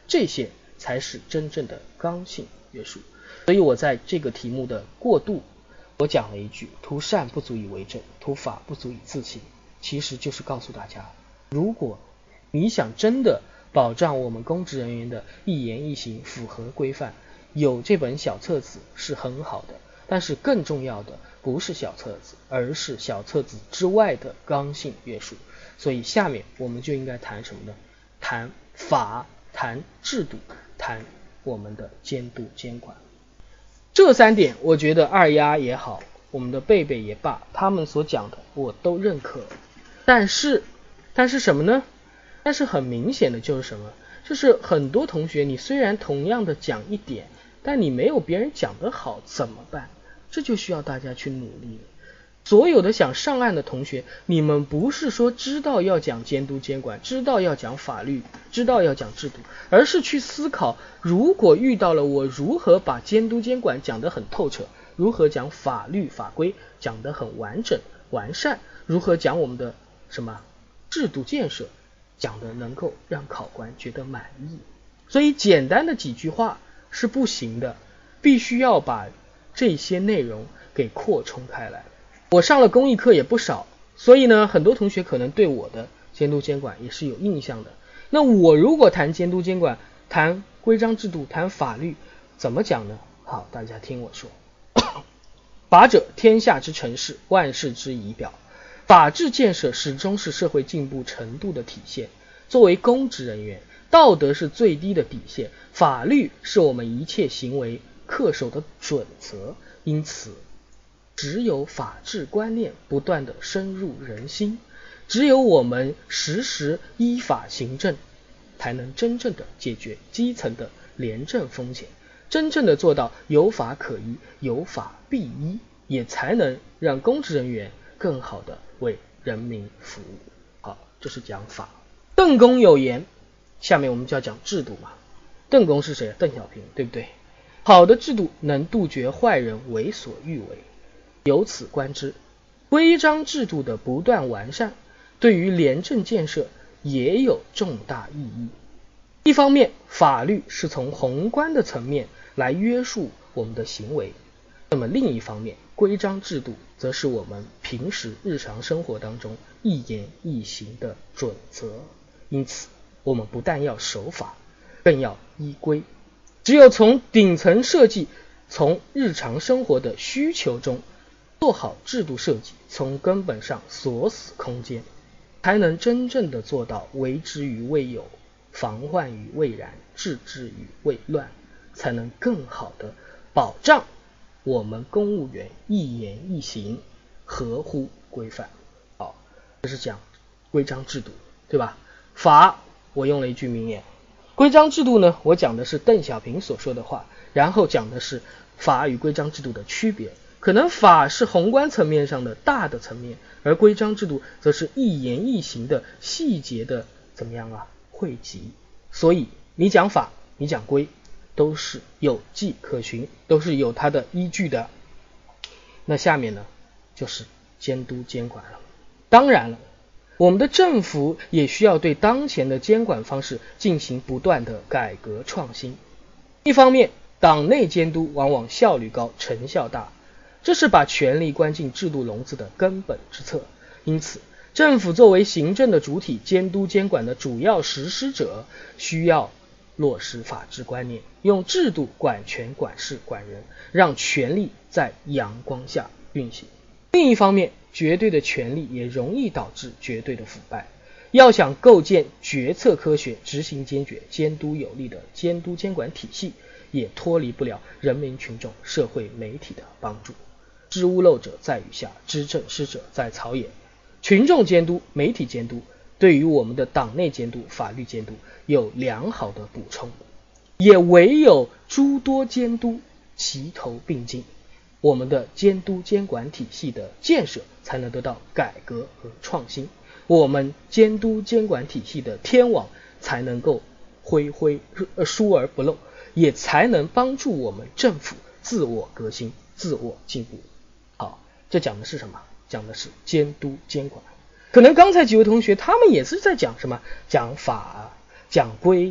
这些才是真正的刚性约束。所以我在这个题目的过渡，我讲了一句，图善不足以为政，图法不足以自行，其实就是告诉大家，如果你想真的保障我们公职人员的一言一行符合规范，有这本小册子是很好的，但是更重要的不是小册子，而是小册子之外的刚性约束。所以下面我们就应该谈什么呢？谈法，谈制度，谈我们的监督监管。这3点我觉得二丫也好，我们的贝贝也罢，他们所讲的我都认可。但是什么呢？但是很明显的就是什么？就是很多同学你虽然同样的讲一点，但你没有别人讲得好，怎么办？这就需要大家去努力了。所有的想上岸的同学，你们不是说知道要讲监督监管，知道要讲法律，知道要讲制度，而是去思考，如果遇到了我如何把监督监管讲得很透彻，如何讲法律法规讲得很完整完善，如何讲我们的什么制度建设讲得能够让考官觉得满意。所以简单的几句话是不行的，必须要把这些内容给扩充开来。我上了公益课也不少，所以呢，很多同学可能对我的监督监管也是有印象的。那我如果谈监督监管，谈规章制度，谈法律，怎么讲呢？好，大家听我说。法者，天下之常事，万事之仪表。法治建设始终是社会进步程度的体现。作为公职人员，道德是最低的底线，法律是我们一切行为恪守的准则。因此只有法治观念不断的深入人心，只有我们时时依法行政，才能真正的解决基层的廉政风险，真正的做到有法可依，有法必依，也才能让公职人员更好的为人民服务。好，这是讲法。邓公有言，下面我们就要讲制度嘛。邓公是谁？邓小平，对不对？好的制度能杜绝坏人为所欲为。由此观之，规章制度的不断完善对于廉政建设也有重大意义。一方面，法律是从宏观的层面来约束我们的行为，那么另一方面，规章制度则是我们平时日常生活当中一言一行的准则。因此我们不但要守法，更要依规。只有从顶层设计，从日常生活的需求中做好制度设计，从根本上锁死空间，才能真正的做到为之于未有，防患于未然，治之于未乱，才能更好的保障我们公务员一言一行合乎规范。好，这是讲规章制度，对吧？法，我用了一句名言。规章制度呢，我讲的是邓小平所说的话，然后讲的是法与规章制度的区别。可能法是宏观层面上的大的层面，而规章制度则是一言一行的细节的怎么样啊汇集。所以你讲法，你讲规，都是有迹可循，都是有它的依据的。那下面呢，就是监督监管了。当然了，我们的政府也需要对当前的监管方式进行不断的改革创新。一方面，党内监督往往效率高，成效大，这是把权力关进制度笼子的根本之策。因此，政府作为行政的主体，监督监管的主要实施者，需要落实法治观念，用制度管权管事管人，让权力在阳光下运行。另一方面，绝对的权力也容易导致绝对的腐败。要想构建决策科学、执行坚决、监督有力的监督监管体系，也脱离不了人民群众、社会媒体的帮助。知屋漏者在雨下，知政失者在草野。群众监督、媒体监督对于我们的党内监督、法律监督有良好的补充，也唯有诸多监督齐头并进，我们的监督监管体系的建设才能得到改革和创新，我们监督监管体系的天网才能够疏而不漏，也才能帮助我们政府自我革新、自我进步。好，这讲的是什么？讲的是监督监管。可能刚才几位同学他们也是在讲什么？讲法、讲规，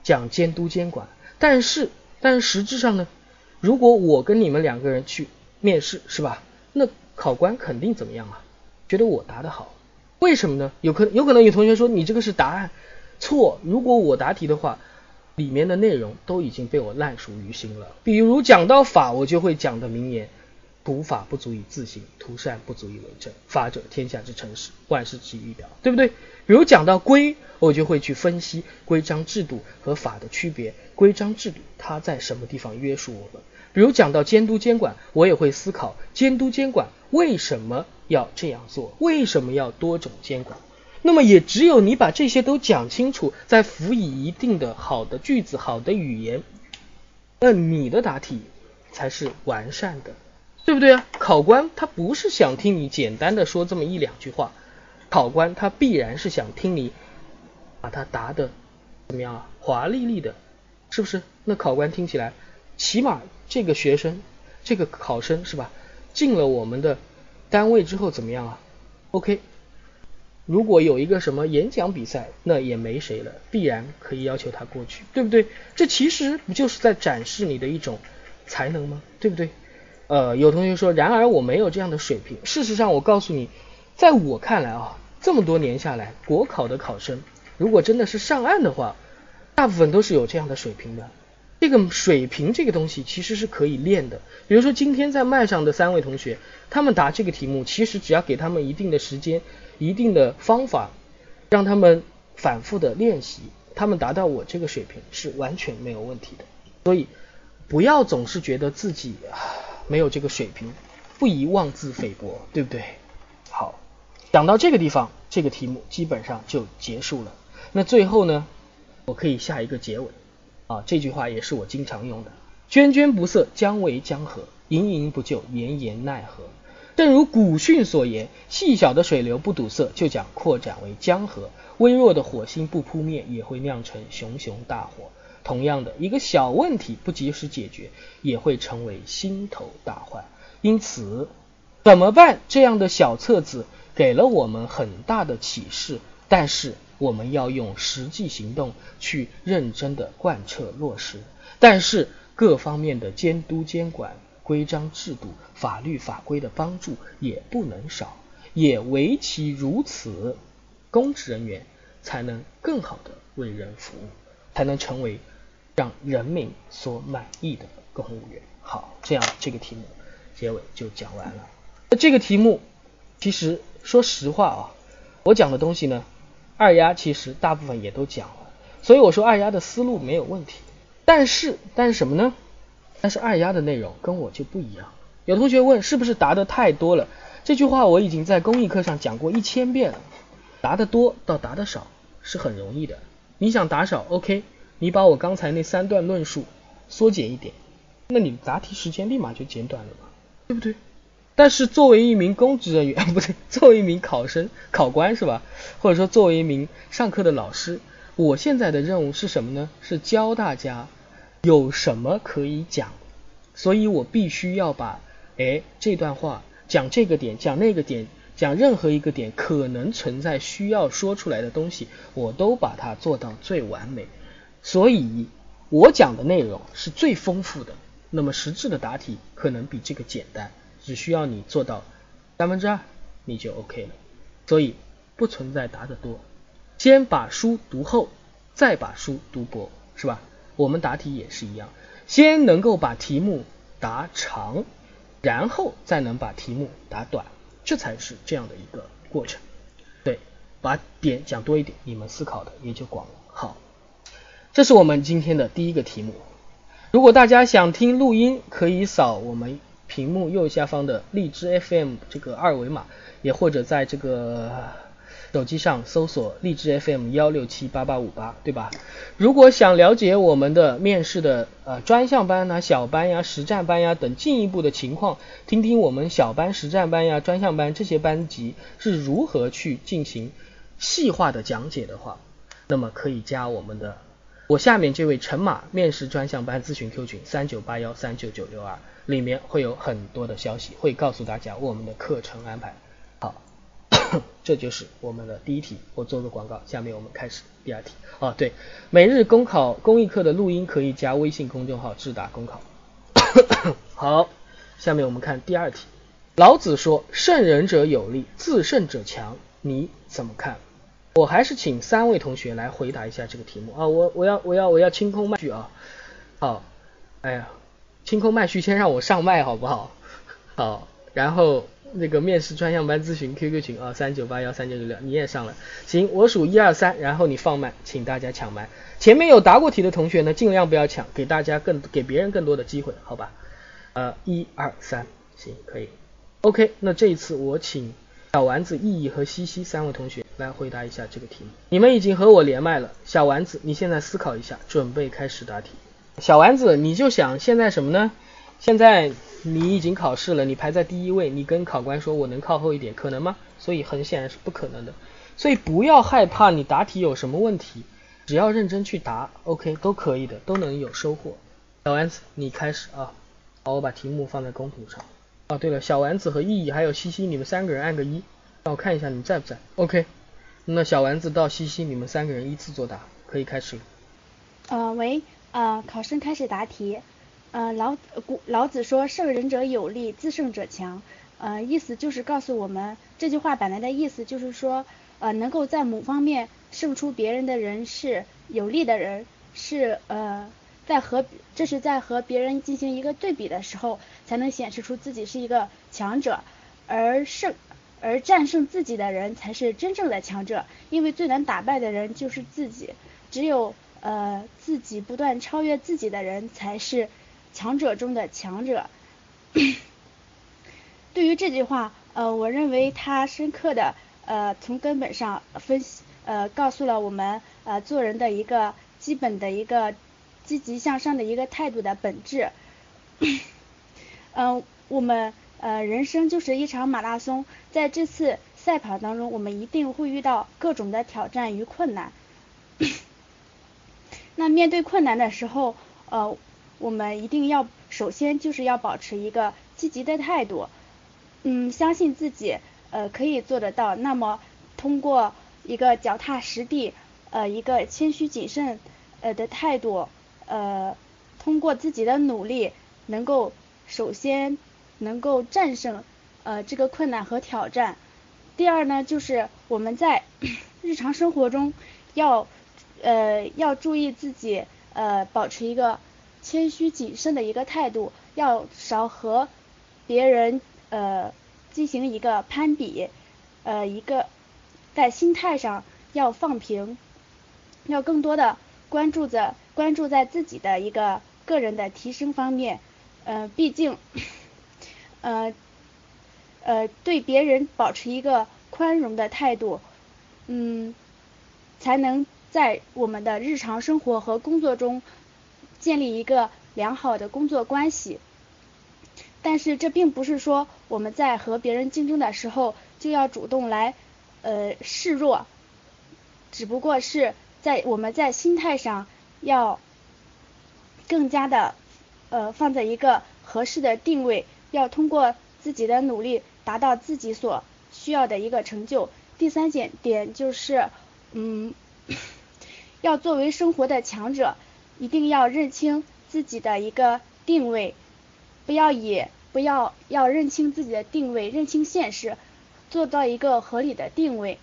讲监督监管，但是实质上呢，如果我跟你们2个人去面试，是吧？那考官肯定怎么样啊？觉得我答得好。为什么呢？有可能有同学说你这个是答案错，如果我答题的话，里面的内容都已经被我烂熟于心了。比如讲到法，我就会讲的名言，图法不足以自行，图善不足以为政，法者天下之常始，万事之以仪表，对不对？比如讲到规，我就会去分析规章制度和法的区别，规章制度它在什么地方约束我们。比如讲到监督监管，我也会思考监督监管为什么要这样做，为什么要多种监管。那么也只有你把这些都讲清楚，再辅以一定的好的句子、好的语言，那你的答题才是完善的，对不对啊？考官他不是想听你简单的说这么1、2句话，考官他必然是想听你把它答的怎么样啊，华丽丽的，是不是？那考官听起来，起码这个学生、这个考生是吧，进了我们的单位之后怎么样啊 ？OK。如果有一个什么演讲比赛，那也没谁了，必然可以要求他过去，对不对？这其实不就是在展示你的一种才能吗？对不对？有同学说，然而我没有这样的水平。事实上，我告诉你，在我看来啊，这么多年下来，国考的考生如果真的是上岸的话，大部分都是有这样的水平的。这个水平这个东西其实是可以练的。比如说今天在麦上的3位同学，他们答这个题目，其实只要给他们一定的时间、一定的方法，让他们反复的练习，他们达到我这个水平是完全没有问题的。所以不要总是觉得自己没有这个水平，不宜妄自菲薄，对不对？好，讲到这个地方，这个题目基本上就结束了。那最后呢，我可以下一个结尾这句话也是我经常用的，涓涓不涩，将为江河，盈盈不就，言言奈何。正如古训所言，细小的水流不堵塞，就讲扩展为江河；微弱的火星不扑灭，也会酿成熊熊大火。同样的，一个小问题不及时解决，也会成为心头大患。因此，怎么办？这样的小册子给了我们很大的启示，但是我们要用实际行动去认真的贯彻落实。但是各方面的监督监管、规章制度、法律法规的帮助也不能少，也唯其如此，公职人员才能更好的为人服务，才能成为让人民所满意的公务员。好，这样这个题目结尾就讲完了。那这个题目其实说实话我讲的东西呢，2丫其实大部分也都讲了，所以我说2丫的思路没有问题。但是什么呢？但是2丫的内容跟我就不一样。有同学问是不是答得太多了？这句话我已经在公益课上讲过1000遍了。答得多到答得少是很容易的。你想答少 OK， 你把我刚才那3段论述缩减一点，那你答题时间立马就减短了嘛，对不对？但是作为一名公职人员，不对，作为一名考生、考官是吧？或者说作为一名上课的老师，我现在的任务是什么呢？是教大家有什么可以讲，所以我必须要把这段话讲这个点，讲那个点，讲任何一个点可能存在需要说出来的东西，我都把它做到最完美。所以我讲的内容是最丰富的，那么实质的答题可能比这个简单，只需要你做到2/3你就 OK 了。所以不存在答得多，先把书读厚，再把书读薄，是吧？我们答题也是一样，先能够把题目答长，然后再能把题目答短，这才是这样的一个过程。对，把点讲多一点，你们思考的也就广了。好，这是我们今天的第一个题目。如果大家想听录音，可以扫我们屏幕右下方的荔枝 FM 这个2维码，也或者在这个手机上搜索荔枝 FM 1678858，对吧？如果想了解我们的面试的专项班啊、小班呀、实战班呀等进一步的情况，听听我们小班、实战班呀、专项班这些班级是如何去进行细化的讲解的话，那么可以加我下面这位陈马面试专项班咨询 Q 群3981399662，里面会有很多的消息，会告诉大家我们的课程安排。好这就是我们的第一题，我做个广告，下面我们开始第二题。对，每日公益课的录音可以加微信公众号智达公考。好，下面我们看第二题。老子说胜人者有力，自胜者强，你怎么看？我还是请3位同学来回答一下这个题目啊！我要清空麦序啊！好，哎呀，清空麦序先让我上麦好不好？好，然后那个面试专项班咨询 QQ 群39813996你也上了，行，我数1、2、3，然后你放麦，请大家抢麦。前面有答过题的同学呢，尽量不要抢，给别人更多的机会，好吧？1、2、3，行，可以。OK， 那这一次我请小丸子、意义和西西3位同学来回答一下这个题目。你们已经和我连麦了，小丸子，你现在思考一下，准备开始答题。小丸子，你就想现在什么呢？现在你已经考试了，你排在第1位，你跟考官说我能靠后一点，可能吗？所以很显然是不可能的。所以不要害怕你答题有什么问题，只要认真去答 ，OK， 都可以的，都能有收获。小丸子，你开始啊！好，我把题目放在公屏上。对了，小丸子和意义还有西西，你们3个人按个1，让我看一下你在不在。OK， 那小丸子到西西，你们3个人依次作答，可以开始了。 考生开始答题。老子说胜人者有力，自胜者强。意思就是告诉我们，这句话本来的意思就是说，能够在某方面胜出别人的人是有力的人，是这是在和别人进行一个对比的时候，才能显示出自己是一个强者，而战胜自己的人才是真正的强者，因为最难打败的人就是自己，只有自己不断超越自己的人才是强者中的强者。对于这句话，我认为它深刻的从根本上告诉了我们做人的一个基本的一个积极向上的一个态度的本质。我们人生就是一场马拉松，在这次赛跑当中，我们一定会遇到各种的挑战与困难。那面对困难的时候，我们一定要首先就是要保持一个积极的态度，相信自己可以做得到。那么通过一个脚踏实地，一个谦虚谨慎的态度，通过自己的努力，首先能够战胜这个困难和挑战。第二呢，就是我们在日常生活中要注意自己保持一个谦虚谨慎的一个态度，要少和别人进行一个攀比，一个在心态上要放平，要更多的关注在自己的一个个人的提升方面。毕竟对别人保持一个宽容的态度，才能在我们的日常生活和工作中建立一个良好的工作关系。但是这并不是说我们在和别人竞争的时候就要主动来示弱，只不过是我们在心态上要更加的放在一个合适的定位，要通过自己的努力达到自己所需要的一个成就。第三点就是要作为生活的强者，一定要认清自己的一个定位，要认清自己的定位，认清现实，做到一个合理的定位。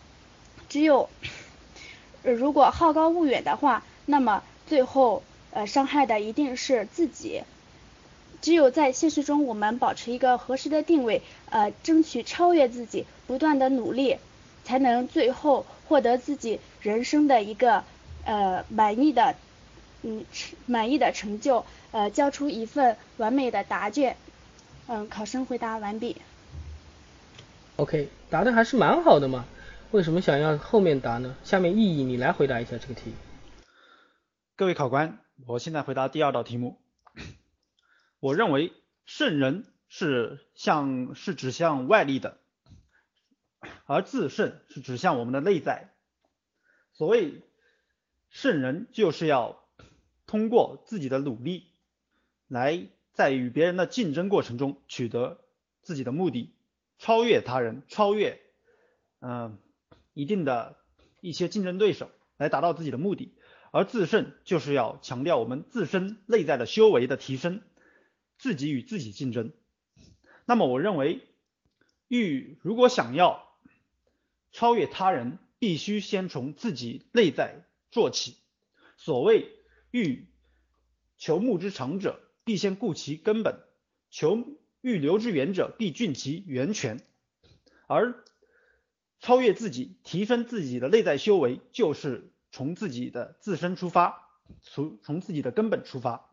如果好高骛远的话，那么最后伤害的一定是自己。只有在现实中我们保持一个合适的定位，争取超越自己，不断的努力，才能最后获得自己人生的一个满意的成就，交出一份完美的答卷。考生回答完毕。 OK， 答的还是蛮好的嘛，为什么想要后面答呢？下面意义你来回答一下这个题。 各位考官，我现在回答第2道题目。我认为胜人是指向外力的，而自胜是指向我们的内在。所谓胜人，就是要通过自己的努力，来在与别人的竞争过程中取得自己的目的，超越他人，超越一定的一些竞争对手来达到自己的目的，而自胜就是要强调我们自身内在的修为的提升，自己与自己竞争。那么我认为如果想要超越他人，必须先从自己内在做起。所谓欲求木之长者，必先固其根本，欲流之源者，必峻其源泉。而超越自己，提升自己的内在修为，就是从自己的自身出发，从自己的根本出发。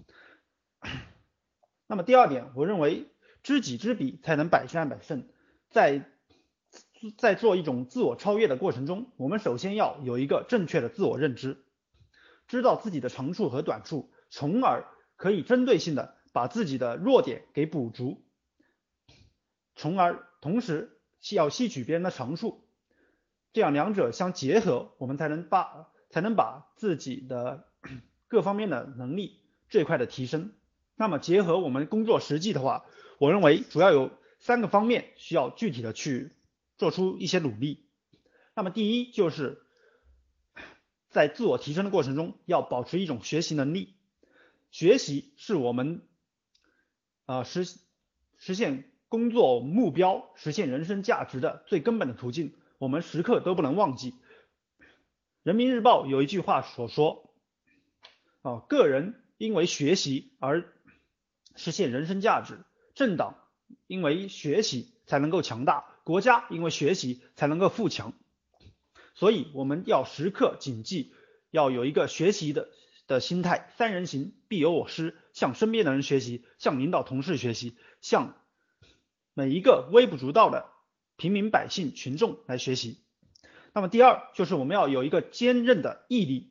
那么第二点，我认为知己知彼才能百战百胜。在做一种自我超越的过程中，我们首先要有一个正确的自我认知，知道自己的长处和短处，从而可以针对性的把自己的弱点给补足，同时要吸取别人的长处，这样两者相结合，我们才能把自己的各方面的能力这一块的提升。那么结合我们工作实际的话，我认为主要有3个方面需要具体的去做出一些努力。那么第一，就是在自我提升的过程中要保持一种学习能力。学习是我们实现工作目标、实现人生价值的最根本的途径，我们时刻都不能忘记。人民日报有一句话所说，个人因为学习而实现人生价值，政党因为学习才能够强大，国家因为学习才能够富强。所以我们要时刻谨记，要有一个学习的心态。3人行必有我师，向身边的人学习，向领导同事学习，向每一个微不足道的平民百姓群众来学习。那么第二，就是我们要有一个坚韧的毅力。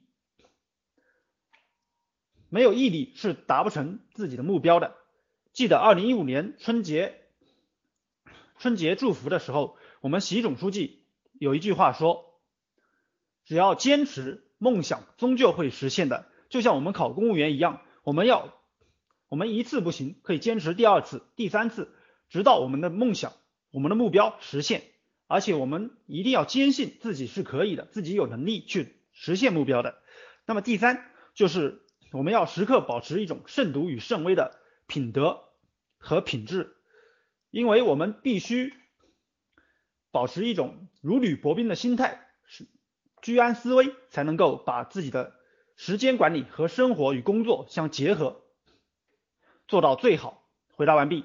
没有毅力是达不成自己的目标的。记得2015年春节祝福的时候，我们习总书记有一句话说，只要坚持，梦想终究会实现的。就像我们考公务员一样，我们一次不行，可以坚持第2次、第3次，直到我们的梦想、我们的目标实现。而且我们一定要坚信自己是可以的，自己有能力去实现目标的。那么第3，就是我们要时刻保持一种慎独与慎微的品德和品质，因为我们必须保持一种如履薄冰的心态，居安思危，才能够把自己的时间管理和生活与工作相结合，做到最好。回答完毕。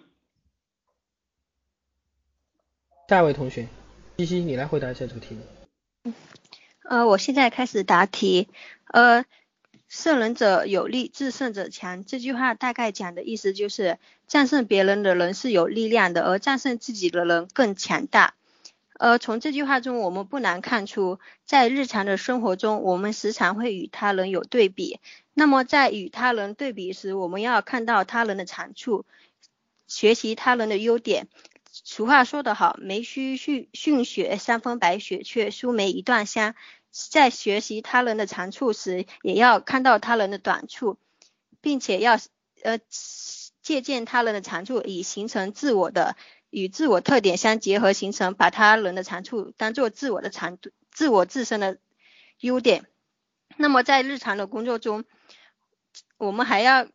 下一位同学，西西，你来回答一下这个题目。 我现在开始答题。胜人者有力，制胜者强。这句话大概讲的意思就是，战胜别人的人是有力量的，而战胜自己的人更强大。从这句话中，我们不难看出，在日常的生活中，我们时常会与他人有对比。那么在与他人对比时，我们要看到他人的长处，学习他人的优点。俗话说得好，没须逊雪3分白雪，却输没一段香。在学习他人的长处时，也要看到他人的短处，并且要借鉴他人的长处，以形成与自我特点相结合，形成把他人的长处当做自我自身的优点。那么在日常的工作中，我们还要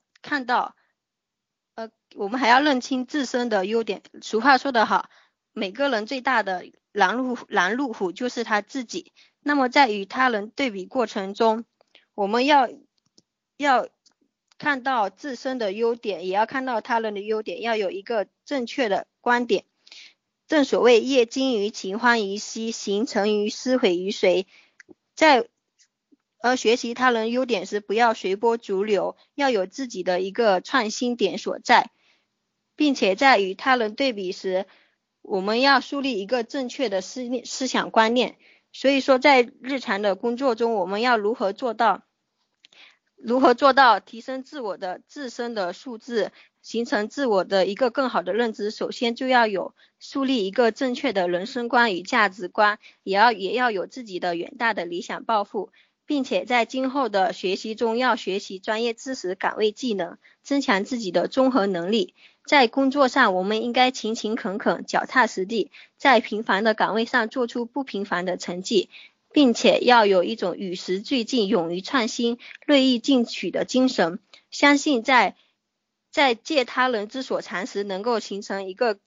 认清自身的优点。俗话说得好，每个人最大的拦路虎就是他自己。那么在与他人对比过程中，我们要看到自身的优点，也要看到他人的优点，要有一个正确的观点。正所谓业精于勤，欢于嬉，行成于思，毁于随。学习他人优点时，不要随波逐流，要有自己的一个创新点所在，并且在与他人对比时，我们要树立一个正确的思想观念。所以说在日常的工作中，我们要如何做到提升自身的素质，形成自我的一个更好的认知。首先就要有树立一个正确的人生观与价值观，也要有自己的远大的理想抱负，并且在今后的学习中要学习专业知识、岗位技能，增强自己的综合能力。 在工作上我们应该勤勤恳恳，脚踏实地，在平凡的岗位上做出不平凡的成绩，并且要有一种与时俱进、勇于创新、锐意进取的精神。相信在借他人之所长时，能够形成一个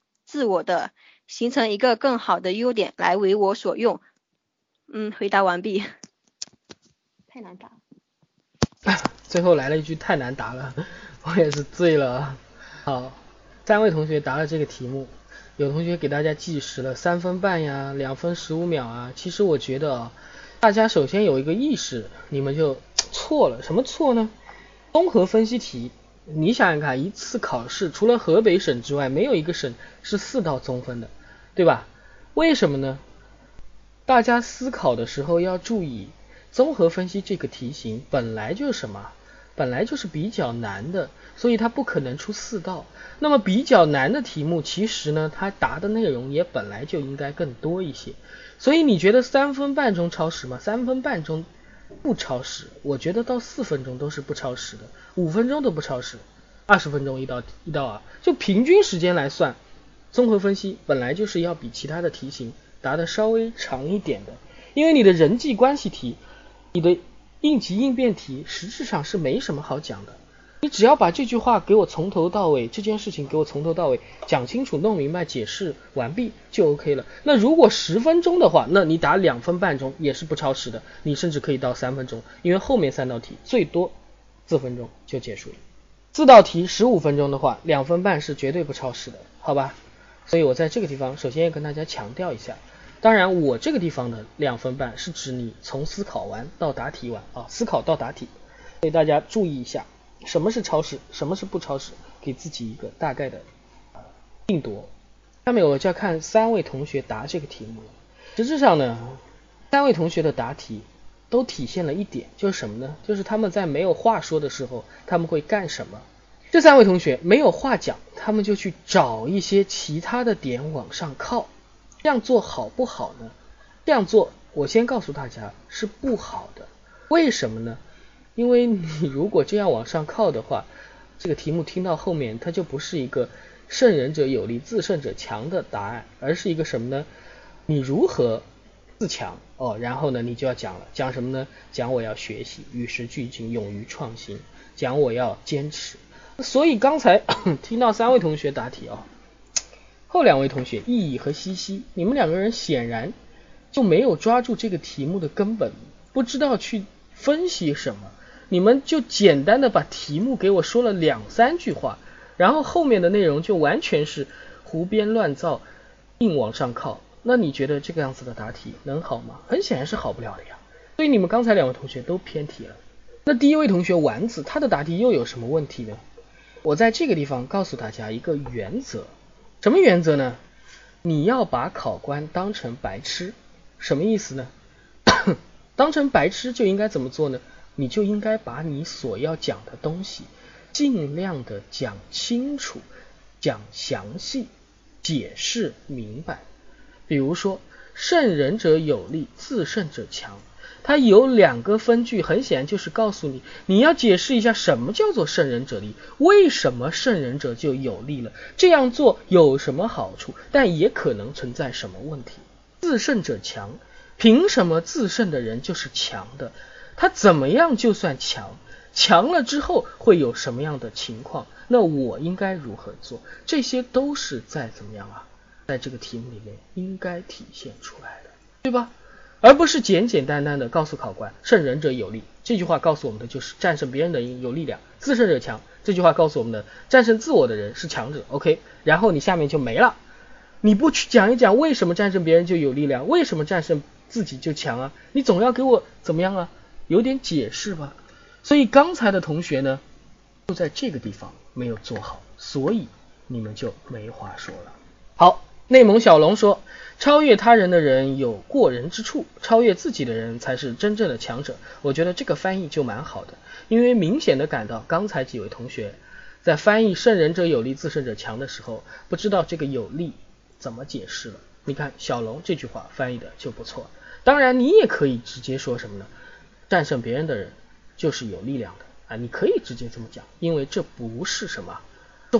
更好的优点来为我所用。回答完毕。太难答了。 最后来了一句太难答了，我也是醉了。好，3位同学答了这个题目，有同学给大家计时了3分半呀，2分15秒啊。其实我觉得大家首先有一个意识，你们就错了。什么错呢？综合分析题，你想想看，一次考试除了河北省之外，没有一个省是4道综分的，对吧？为什么呢？大家思考的时候要注意，综合分析这个题型本来就是什么？本来就是比较难的，所以它不可能出4道。那么比较难的题目，其实呢，它答的内容也本来就应该更多一些。所以你觉得3分半钟超时吗？3分半钟不超时，我觉得到4分钟都是不超时的，5分钟都不超时，20分钟一道啊，就平均时间来算，综合分析本来就是要比其他的题型答的稍微长一点的。因为你的人际关系题，你的应急应变题实质上是没什么好讲的，你只要把这句话给我从头到尾，这件事情给我从头到尾讲清楚、弄明白、解释完毕就 OK 了。那如果10分钟的话，那你答2分半钟也是不超时的，你甚至可以到3分钟，因为后面3道题最多4分钟就结束了。4道题15分钟的话，2分半是绝对不超时的，好吧？所以我在这个地方首先要跟大家强调一下，当然我这个地方的2分半是指你从思考完到答题完啊，思考到答题，所以大家注意一下什么是超时，什么是不超时，给自己一个大概的定夺。下面我就要看3位同学答这个题目了。实质上呢，3位同学的答题都体现了一点，就是什么呢？就是他们在没有话说的时候他们会干什么。这3位同学没有话讲，他们就去找一些其他的点往上靠。这样做好不好呢？这样做我先告诉大家是不好的。为什么呢？因为你如果这样往上靠的话，这个题目听到后面它就不是一个胜人者有力自胜者强的答案，而是一个什么呢？你如何自强然后呢你就要讲了，讲什么呢？讲我要学习，与时俱进，勇于创新，讲我要坚持。所以刚才听到3位同学答题后2位同学意义和西西，你们2个人显然就没有抓住这个题目的根本，不知道去分析什么，你们就简单的把题目给我说了2-3句话，然后后面的内容就完全是胡编乱造，硬往上靠。那你觉得这个样子的答题能好吗？很显然是好不了的呀。所以你们刚才2位同学都偏题了。那第一位同学丸子，他的答题又有什么问题呢？我在这个地方告诉大家一个原则。什么原则呢？你要把考官当成白痴。什么意思呢？当成白痴就应该怎么做呢？你就应该把你所要讲的东西尽量的讲清楚，讲详细，解释明白。比如说胜人者有力，自胜者强，它有2个分句，很显然就是告诉你，你要解释一下什么叫做胜人者力，为什么胜人者就有力了，这样做有什么好处，但也可能存在什么问题。自胜者强，凭什么自胜的人就是强的？他怎么样就算强？强了之后会有什么样的情况？那我应该如何做？这些都是在怎么样在这个题目里面应该体现出来的，对吧？而不是简简单单的告诉考官胜人者有力，这句话告诉我们的就是战胜别人的人有力量，自胜者强，这句话告诉我们的战胜自我的人是强者 OK， 然后你下面就没了，你不去讲一讲为什么战胜别人就有力量，为什么战胜自己就强你总要给我怎么样有点解释吧。所以刚才的同学呢就在这个地方没有做好，所以你们就没话说了。好，内蒙小龙说，超越他人的人有过人之处，超越自己的人才是真正的强者。我觉得这个翻译就蛮好的，因为明显的感到刚才几位同学在翻译胜人者有力，自胜者强的时候，不知道这个有力怎么解释了。你看小龙这句话翻译的就不错。当然你也可以直接说什么呢？战胜别人的人就是有力量的你可以直接这么讲，因为这不是什么重点，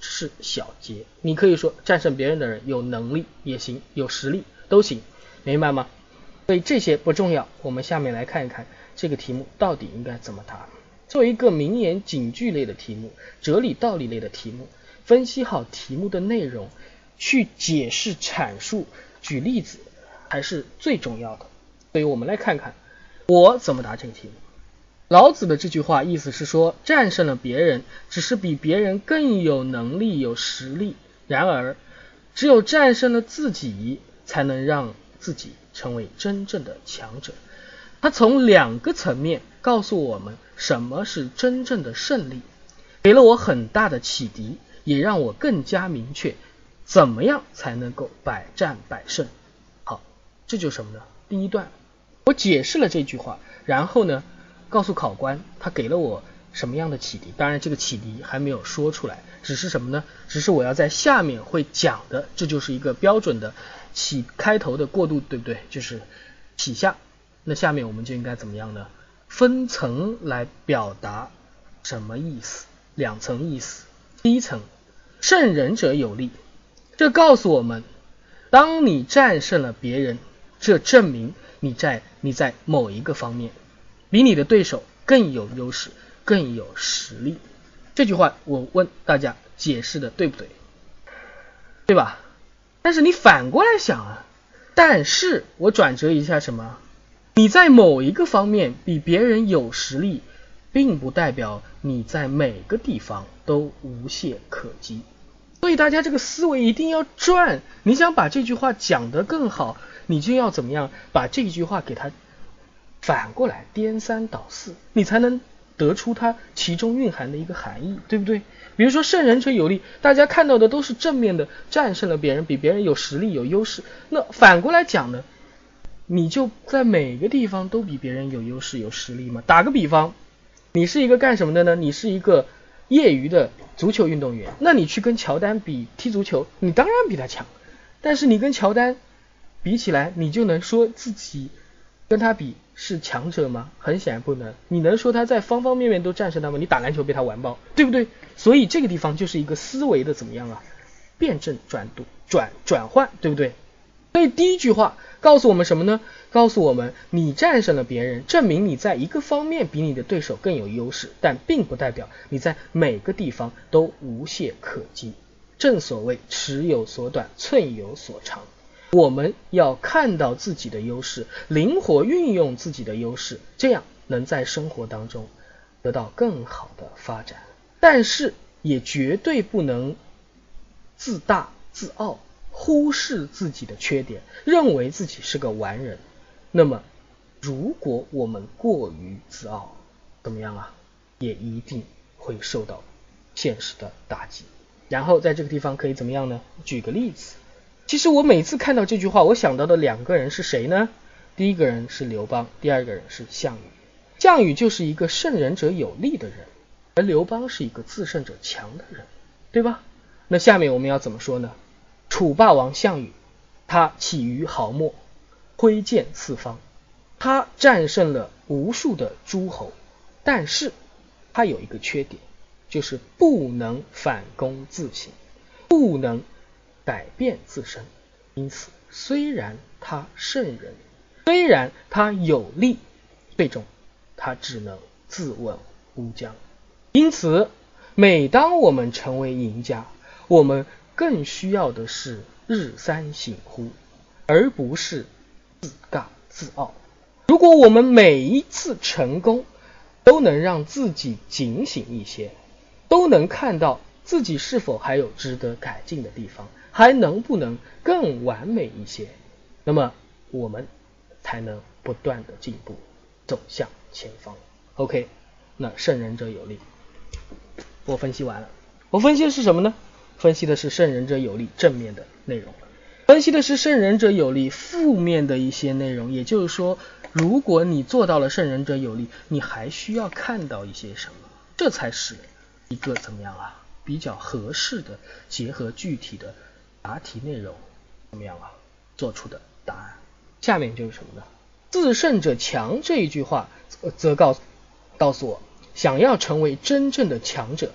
是小节，你可以说战胜别人的人有能力也行，有实力都行，明白吗？所以这些不重要，我们下面来看一看这个题目到底应该怎么答。作为一个名言警句类的题目，哲理道理类的题目，分析好题目的内容，去解释阐述举例子才是最重要的。所以我们来看看我怎么答这个题目。老子的这句话意思是说，战胜了别人只是比别人更有能力有实力，然而只有战胜了自己才能让自己成为真正的强者。他从2个层面告诉我们什么是真正的胜利，给了我很大的启迪，也让我更加明确怎么样才能够百战百胜。好，这就是什么呢？第一段我解释了这句话，然后呢告诉考官他给了我什么样的启迪，当然这个启迪还没有说出来，只是什么呢？只是我要在下面会讲的，这就是一个标准的起开头的过渡，对不对？就是起下。那下面我们就应该怎么样呢？分层来表达什么意思？2层意思。第一层，胜人者有力，这告诉我们，当你战胜了别人，这证明你在某一个方面比你的对手更有优势，更有实力。这句话我问大家解释的对不对？对吧？但是你反过来想啊，但是我转折一下什么？你在某一个方面比别人有实力，并不代表你在每个地方都无懈可击。所以大家这个思维一定要转，你想把这句话讲得更好，你就要怎么样把这句话给它反过来颠3倒4，你才能得出它其中蕴含的一个含义，对不对？比如说胜人者有力，大家看到的都是正面的，战胜了别人，比别人有实力有优势。那反过来讲呢，你就在每个地方都比别人有优势有实力吗？打个比方，你是一个干什么的呢？你是一个业余的足球运动员，那你去跟乔丹比踢足球，你当然比他强，但是你跟乔丹比起来，你就能说自己跟他比是强者吗？很显然不能。你能说他在方方面面都战胜他吗？你打篮球被他完爆，对不对？所以这个地方就是一个思维的怎么样啊？辩证转换，对不对？所以第一句话告诉我们什么呢？告诉我们你战胜了别人，证明你在一个方面比你的对手更有优势，但并不代表你在每个地方都无懈可击。正所谓尺有所短，寸有所长。我们要看到自己的优势，灵活运用自己的优势，这样能在生活当中得到更好的发展。但是也绝对不能自大自傲，忽视自己的缺点，认为自己是个完人。那么如果我们过于自傲，怎么样啊？也一定会受到现实的打击。然后在这个地方可以怎么样呢？举个例子，其实我每次看到这句话，我想到的2个人是谁呢？第一个人是刘邦，第2个人是项羽。项羽就是一个胜人者有力的人，而刘邦是一个自胜者强的人，对吧？那下面我们要怎么说呢？楚霸王项羽，他起于毫末，挥剑四方，他战胜了无数的诸侯，但是他有一个缺点，就是不能反攻自省，不能改变自身。因此虽然他胜人，虽然他有力，最终他只能自刎乌江。因此每当我们成为赢家，我们更需要的是日三省乎，而不是自尬自傲。如果我们每一次成功都能让自己警醒一些，都能看到自己是否还有值得改进的地方，还能不能更完美一些，那么我们才能不断的进步，走向前方。 OK， 那胜人者有力我分析完了。我分析的是什么呢？分析的是胜人者有力正面的内容，分析的是胜人者有力负面的一些内容。也就是说，如果你做到了胜人者有力，你还需要看到一些什么，这才是一个怎么样啊，比较合适的结合具体的答题内容怎么样啊做出的答案。下面就是什么呢？自胜者强这一句话则告诉我，想要成为真正的强者，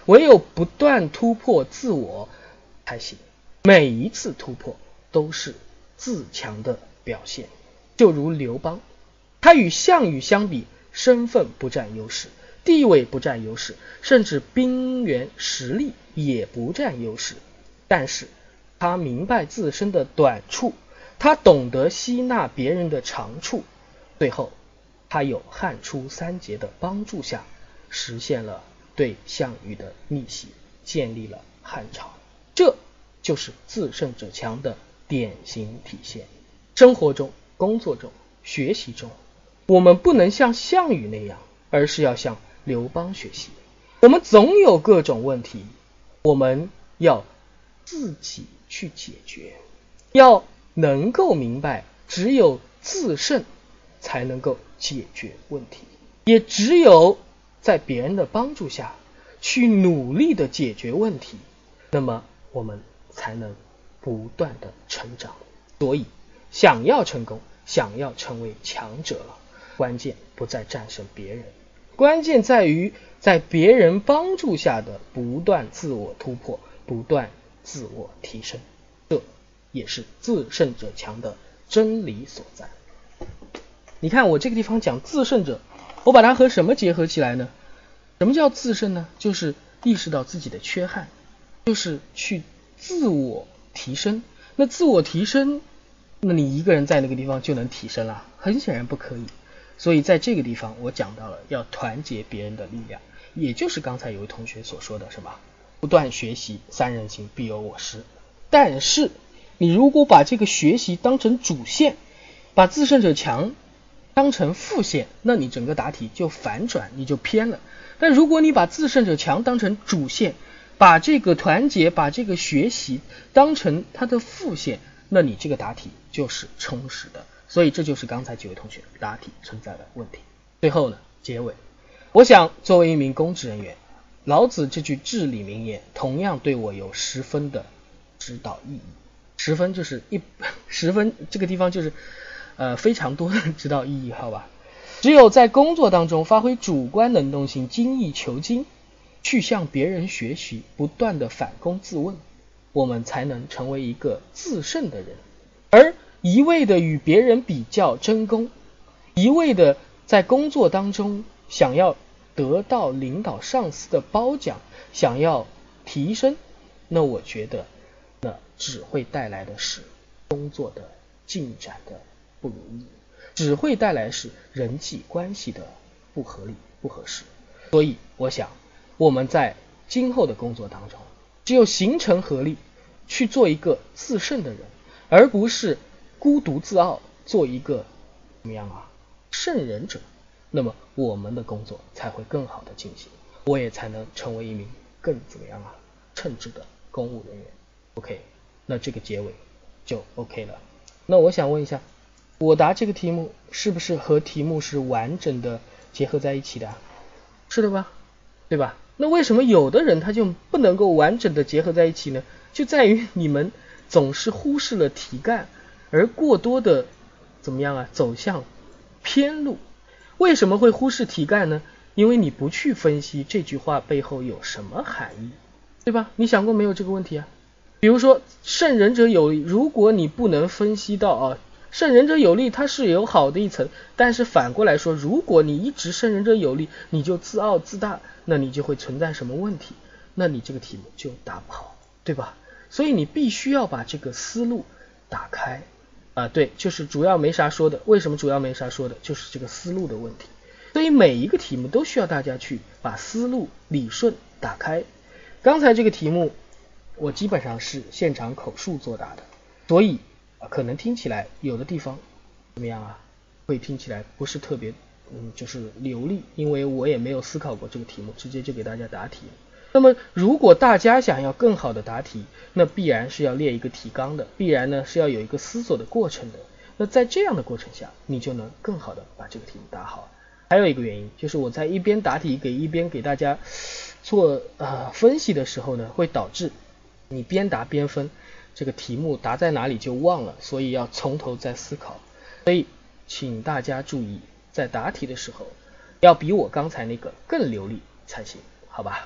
唯有不断突破自我才行。每一次突破都是自强的表现。就如刘邦，他与项羽相比，身份不占优势，地位不占优势，甚至兵源实力也不占优势，但是他明白自身的短处，他懂得吸纳别人的长处，最后他有汉初三杰的帮助下，实现了对项羽的逆袭，建立了汉朝。这就是自胜者强的典型体现。生活中、工作中、学习中，我们不能像项羽那样，而是要向刘邦学习。我们总有各种问题，我们要自己去解决，要能够明白，只有自胜才能够解决问题，也只有在别人的帮助下去努力的解决问题，那么我们才能不断的成长。所以想要成功，想要成为强者，关键不在战胜别人，关键在于在别人帮助下的不断自我突破，不断自我提升。这也是自胜者强的真理所在。你看我这个地方讲自胜者，我把它和什么结合起来呢？什么叫自胜呢？就是意识到自己的缺憾，就是去自我提升。那自我提升，那你一个人在那个地方就能提升了？很显然不可以。所以在这个地方我讲到了要团结别人的力量，也就是刚才有位同学所说的什么不断学习，三人行必有我师。但是你如果把这个学习当成主线，把自胜者强当成副线，那你整个答题就反转，你就偏了。但如果你把自胜者强当成主线，把这个团结，把这个学习当成它的副线，那你这个答题就是充实的。所以这就是刚才几位同学答题存在的问题。最后呢，结尾，我想作为一名公职人员，老子这句至理名言同样对我有10分的指导意义。10分就是10分这个地方就是非常多的指导意义，好吧？只有在工作当中发挥主观能动性，精益求精，去向别人学习，不断的反躬自问，我们才能成为一个自胜的人。而一味的与别人比较争功，一味的在工作当中想要得到领导上司的褒奖，想要提升，那我觉得那只会带来的是工作的进展的不如意，只会带来是人际关系的不合理不合适。所以我想我们在今后的工作当中，只有形成合力，去做一个自胜的人，而不是孤独自傲，做一个怎么样圣人者，那么我们的工作才会更好的进行，我也才能成为一名更怎么样称职的公务人员。 OK， 那这个结尾就 OK 了。那我想问一下，我答这个题目是不是和题目是完整的结合在一起的？是的吧，对吧？那为什么有的人他就不能够完整的结合在一起呢？就在于你们总是忽视了题干，而过多的怎么样走向偏路。为什么会忽视题干呢？因为你不去分析这句话背后有什么含义，对吧？你想过没有这个问题啊？比如说胜人者有力，如果你不能分析到胜人者有力它是有好的一层，但是反过来说，如果你一直胜人者有力，你就自傲自大，那你就会存在什么问题？那你这个题目就答不好，对吧？所以你必须要把这个思路打开对，就是主要没啥说的。为什么主要没啥说的？就是这个思路的问题。所以每一个题目都需要大家去把思路理顺打开。刚才这个题目我基本上是现场口述作答的，所以可能听起来有的地方怎么样会听起来不是特别就是流利，因为我也没有思考过这个题目，直接就给大家答题。那么如果大家想要更好的答题，那必然是要列一个提纲的，必然呢是要有一个思索的过程的。那在这样的过程下，你就能更好的把这个题目答好。还有一个原因就是我在一边答题一边给大家做分析的时候呢，会导致你边答边分，这个题目答在哪里就忘了，所以要从头再思考。所以请大家注意，在答题的时候要比我刚才那个更流利才行，好吧？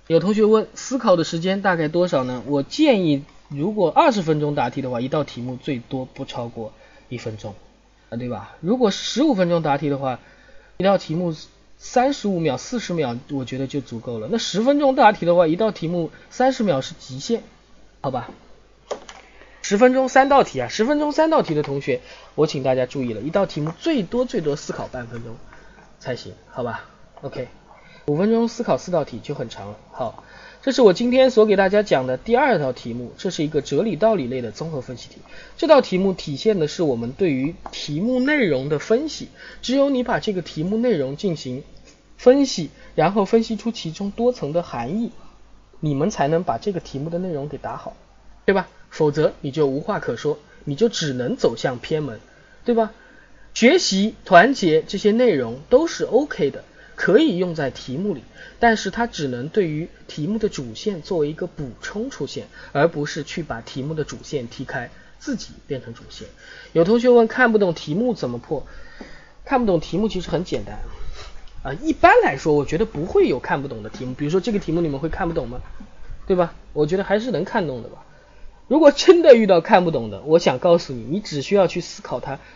有同学问思考的时间大概多少呢？我建议如果20分钟答题的话，一道题目最多不超过1分钟，对吧？如果15分钟答题的话，一道题目35秒、40秒，我觉得就足够了。那10分钟答题的话，一道题目30秒是极限，好吧？10分钟3道题啊，10分钟3道题的同学，我请大家注意了，一道题目最多思考半分钟才行，好吧 ？OK， 5分钟思考4道题就很长了。好，这是我今天所给大家讲的第2道题目，这是一个哲理道理类的综合分析题。这道题目体现的是我们对于题目内容的分析，只有你把这个题目内容进行分析，然后分析出其中多层的含义，你们才能把这个题目的内容给答好，对吧？否则你就无话可说，你就只能走向偏门，对吧？学习、团结这些内容都是 OK 的，可以用在题目里，但是它只能对于题目的主线作为一个补充出现，而不是去把题目的主线踢开，自己变成主线。有同学问看不懂题目怎么破？看不懂题目其实很简单一般来说我觉得不会有看不懂的题目，比如说这个题目你们会看不懂吗？对吧？我觉得还是能看懂的吧。如果真的遇到看不懂的，我想告诉你，你只需要去思考它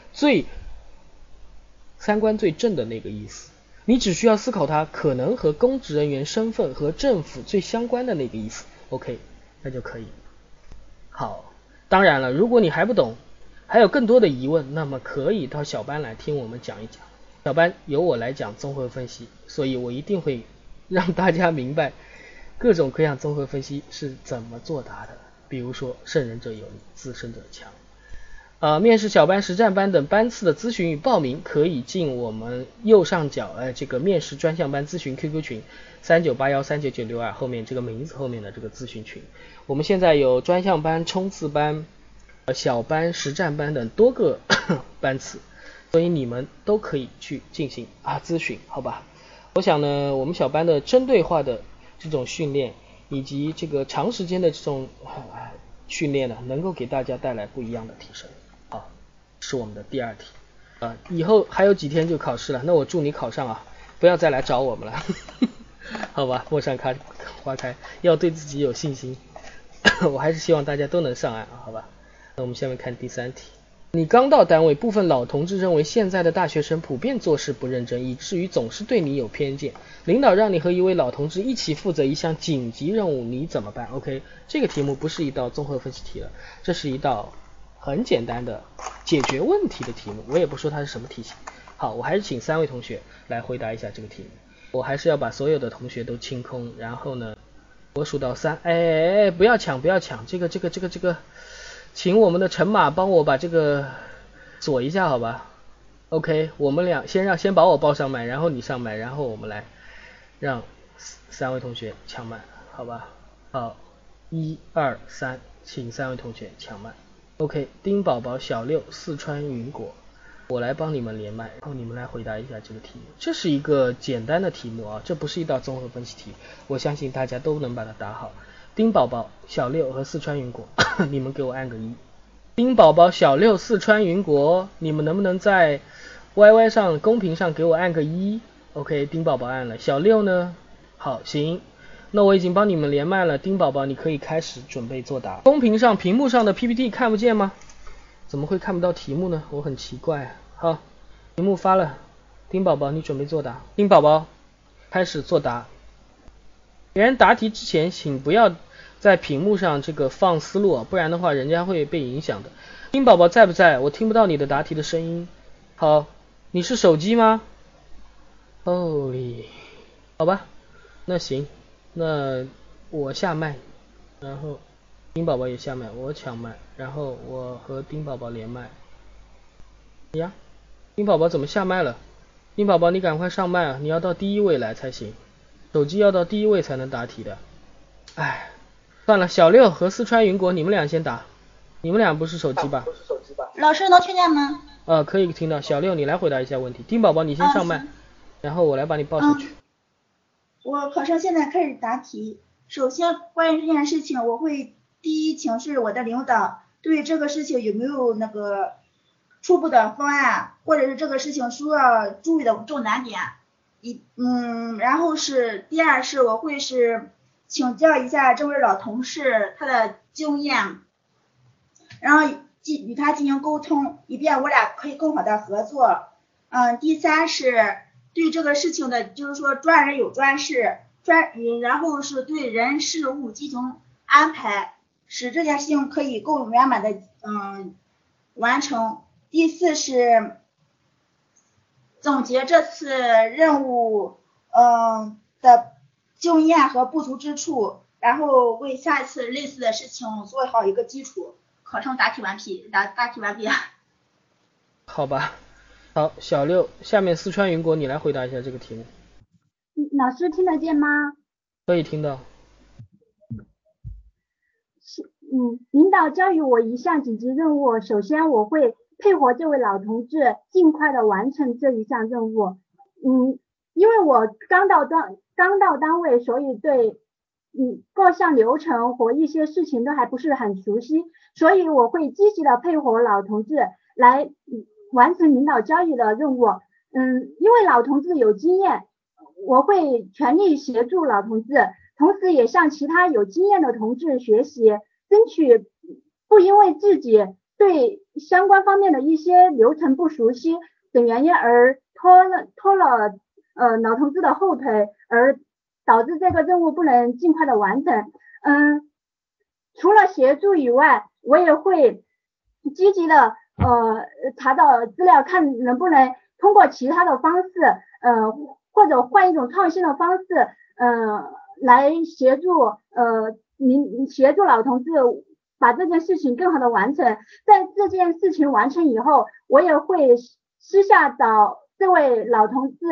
三观最正的那个意思，你只需要思考它可能和公职人员身份和政府最相关的那个意思 OK， 那就可以。好，当然了，如果你还不懂，还有更多的疑问，那么可以到小班来听我们讲一讲。小班由我来讲综合分析，所以我一定会让大家明白各种各样综合分析是怎么作答的。比如说胜人者有力，自胜者强。面试小班、实战班等班次的咨询与报名，可以进我们右上角这个面试专项班咨询 QQ 群39813992后面这个名字后面的这个咨询群。我们现在有专项班、冲刺班、小班、实战班等多个班次，所以你们都可以去进行咨询，好吧？我想呢，我们小班的针对化的这种训练以及这个长时间的这种训练呢，能够给大家带来不一样的提升。好，是我们的第2题。以后还有几天就考试了，那我祝你考上啊，不要再来找我们了。好吧，陌上花开，要对自己有信心。我还是希望大家都能上岸，好吧？那我们下面看第3题。你刚到单位，部分老同志认为现在的大学生普遍做事不认真，以至于总是对你有偏见。领导让你和一位老同志一起负责一项紧急任务，你怎么办 ？OK， 这个题目不是一道综合分析题了，这是一道很简单的解决问题的题目，我也不说它是什么题型。好，我还是请3位同学来回答一下这个题目。我还是要把所有的同学都清空，然后呢，我数到3，不要抢，这个。请我们的陈马帮我把这个锁一下，好吧 ？OK， 我们俩先把我报上麦，然后你上麦，然后我们来让3位同学抢麦，好吧？好，1、2、3，请3位同学抢麦。OK， 丁宝宝、小六、四川云果，我来帮你们连麦，然后你们来回答一下这个题目。这是一个简单的题目啊，这不是一道综合分析题，我相信大家都能把它答好。丁宝宝、小六和四川云果，你们给我按个1。丁宝宝、小六、四川云果，你们能不能在 YY 上公屏上给我按个1？ OK， 丁宝宝按了，小六呢？好，行，那我已经帮你们连麦了。丁宝宝，你可以开始准备作答。公屏上屏幕上的 PPT 看不见吗？怎么会看不到题目呢？我很奇怪。好，题目发了，丁宝宝你准备作答。丁宝宝开始作答。别人答题之前请不要在屏幕上这个放思路，不然的话人家会被影响的。丁宝宝在不在？我听不到你的答题的声音。好，你是手机吗？好吧，那行，那我下麦，然后丁宝宝也下麦，我抢麦，然后我和丁宝宝连麦。呀，丁宝宝怎么下麦了？丁宝宝你赶快上麦啊，你要到第1位来才行，手机要到第1位才能答题的。算了，小六和四川云果你们俩先答，你们俩不是手机吧？ 老师能听见吗？ 可以听到。小六你来回答一下问题，丁宝宝你先上麦，然后我来把你报上去。 我考生现在开始答题。首先关于这件事情，我会第一请示我的领导对这个事情有没有那个初步的方案，或者是这个事情需要注意的重难点。然后是第二是我会是请教一下这位老同事他的经验，然后与他进行沟通，以便我俩可以更好的合作。第三是对这个事情的，就是说专人有专事，然后是对人事物进行安排，使这件事情可以更圆满的完成。第四是总结这次任务的经验和不足之处，然后为下一次类似的事情做好一个基础。考生答题完毕。 好吧，好，小六，下面四川云国你来回答一下这个题目。 老师听得见吗？ 可以听到。 领导交予我一项紧急任务，首先我会配合这位老同志尽快的完成这一项任务。因为我刚到单位，所以对各项流程和一些事情都还不是很熟悉，所以我会积极的配合老同志来完成领导交予的任务。因为老同志有经验，我会全力协助老同志，同时也向其他有经验的同志学习，争取不因为自己对相关方面的一些流程不熟悉等原因而拖了老同志的后腿，而导致这个任务不能尽快的完成。除了协助以外，我也会积极的查找资料，看能不能通过其他的方式或者换一种创新的方式来协助老同志把这件事情更好的完成。在这件事情完成以后，我也会私下找这位老同志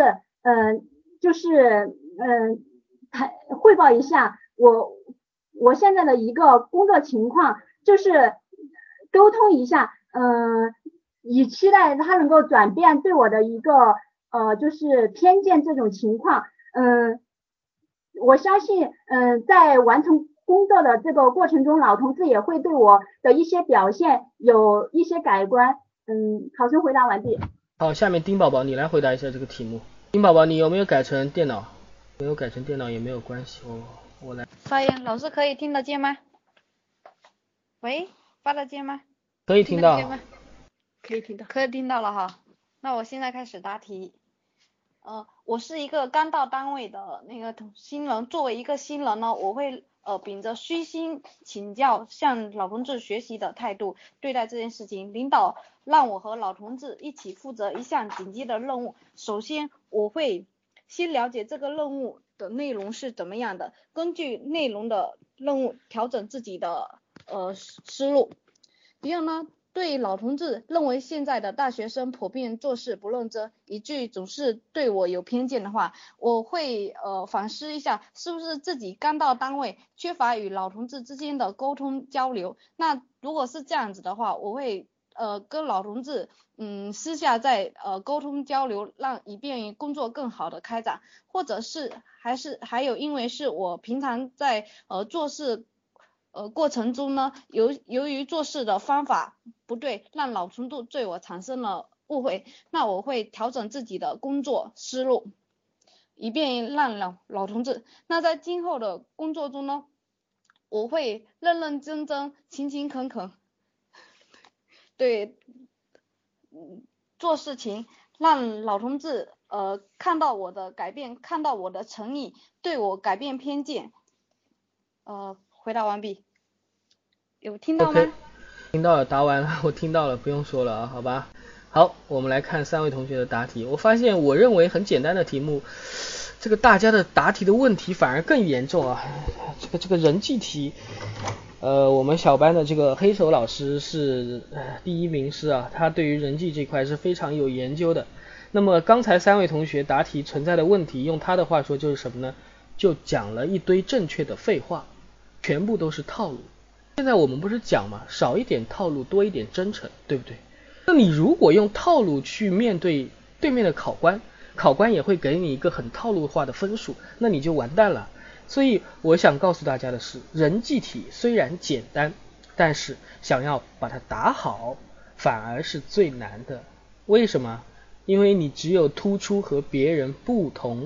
汇报一下我现在的一个工作情况，就是沟通一下，以期待他能够转变对我的一个就是偏见这种情况。我相信在完成工作的这个过程中，老同志也会对我的一些表现有一些改观。考生回答完毕。 好，下面丁宝宝你来回答一下这个题目。丁宝宝，你有没有改成电脑？没有改成电脑也没有关系，我来。 发言，老师可以听得见吗？喂，发得见吗？ 可以听到。 可以听到了哈。那我现在开始答题。我是一个刚到单位的那个新人，作为一个新人呢，我会秉着虚心请教、向老同志学习的态度对待这件事情。领导让我和老同志一起负责一项紧急的任务，首先我会先了解这个任务的内容是怎么样的，根据内容的任务调整自己的思路。第二呢，对老同志认为现在的大学生普遍做事不认真，以至于总是对我有偏见的话，我会反思一下是不是自己刚到单位缺乏与老同志之间的沟通交流。那如果是这样子的话，我会跟老同志私下再沟通交流，以便于工作更好的开展。或者是还有因为是我平常在做事过程中呢，由于做事的方法不对，让老同志对我产生了误会，那我会调整自己的工作思路，以便让老同志。那在今后的工作中呢，我会认认真真、勤勤恳恳，对做事情，让老同志看到我的改变，看到我的诚意，对我改变偏见。回答完毕。有听到吗？ Okay, 听到了，答完了，我听到了，不用说了啊，好吧。好，我们来看三位同学的答题。我发现我认为很简单的题目，这个大家的答题的问题反而更严重啊。这个人际题，我们小班的这个黑手老师是第一名师啊，他对于人际这块是非常有研究的。那么刚才三位同学答题存在的问题，用他的话说就是什么呢？就讲了一堆正确的废话，全部都是套路。现在我们不是讲嘛，少一点套路，多一点真诚，对不对？那你如果用套路去面对对面的考官，考官也会给你一个很套路化的分数，那你就完蛋了。所以我想告诉大家的是，人际题虽然简单，但是想要把它答好反而是最难的。为什么？因为你只有突出和别人不同，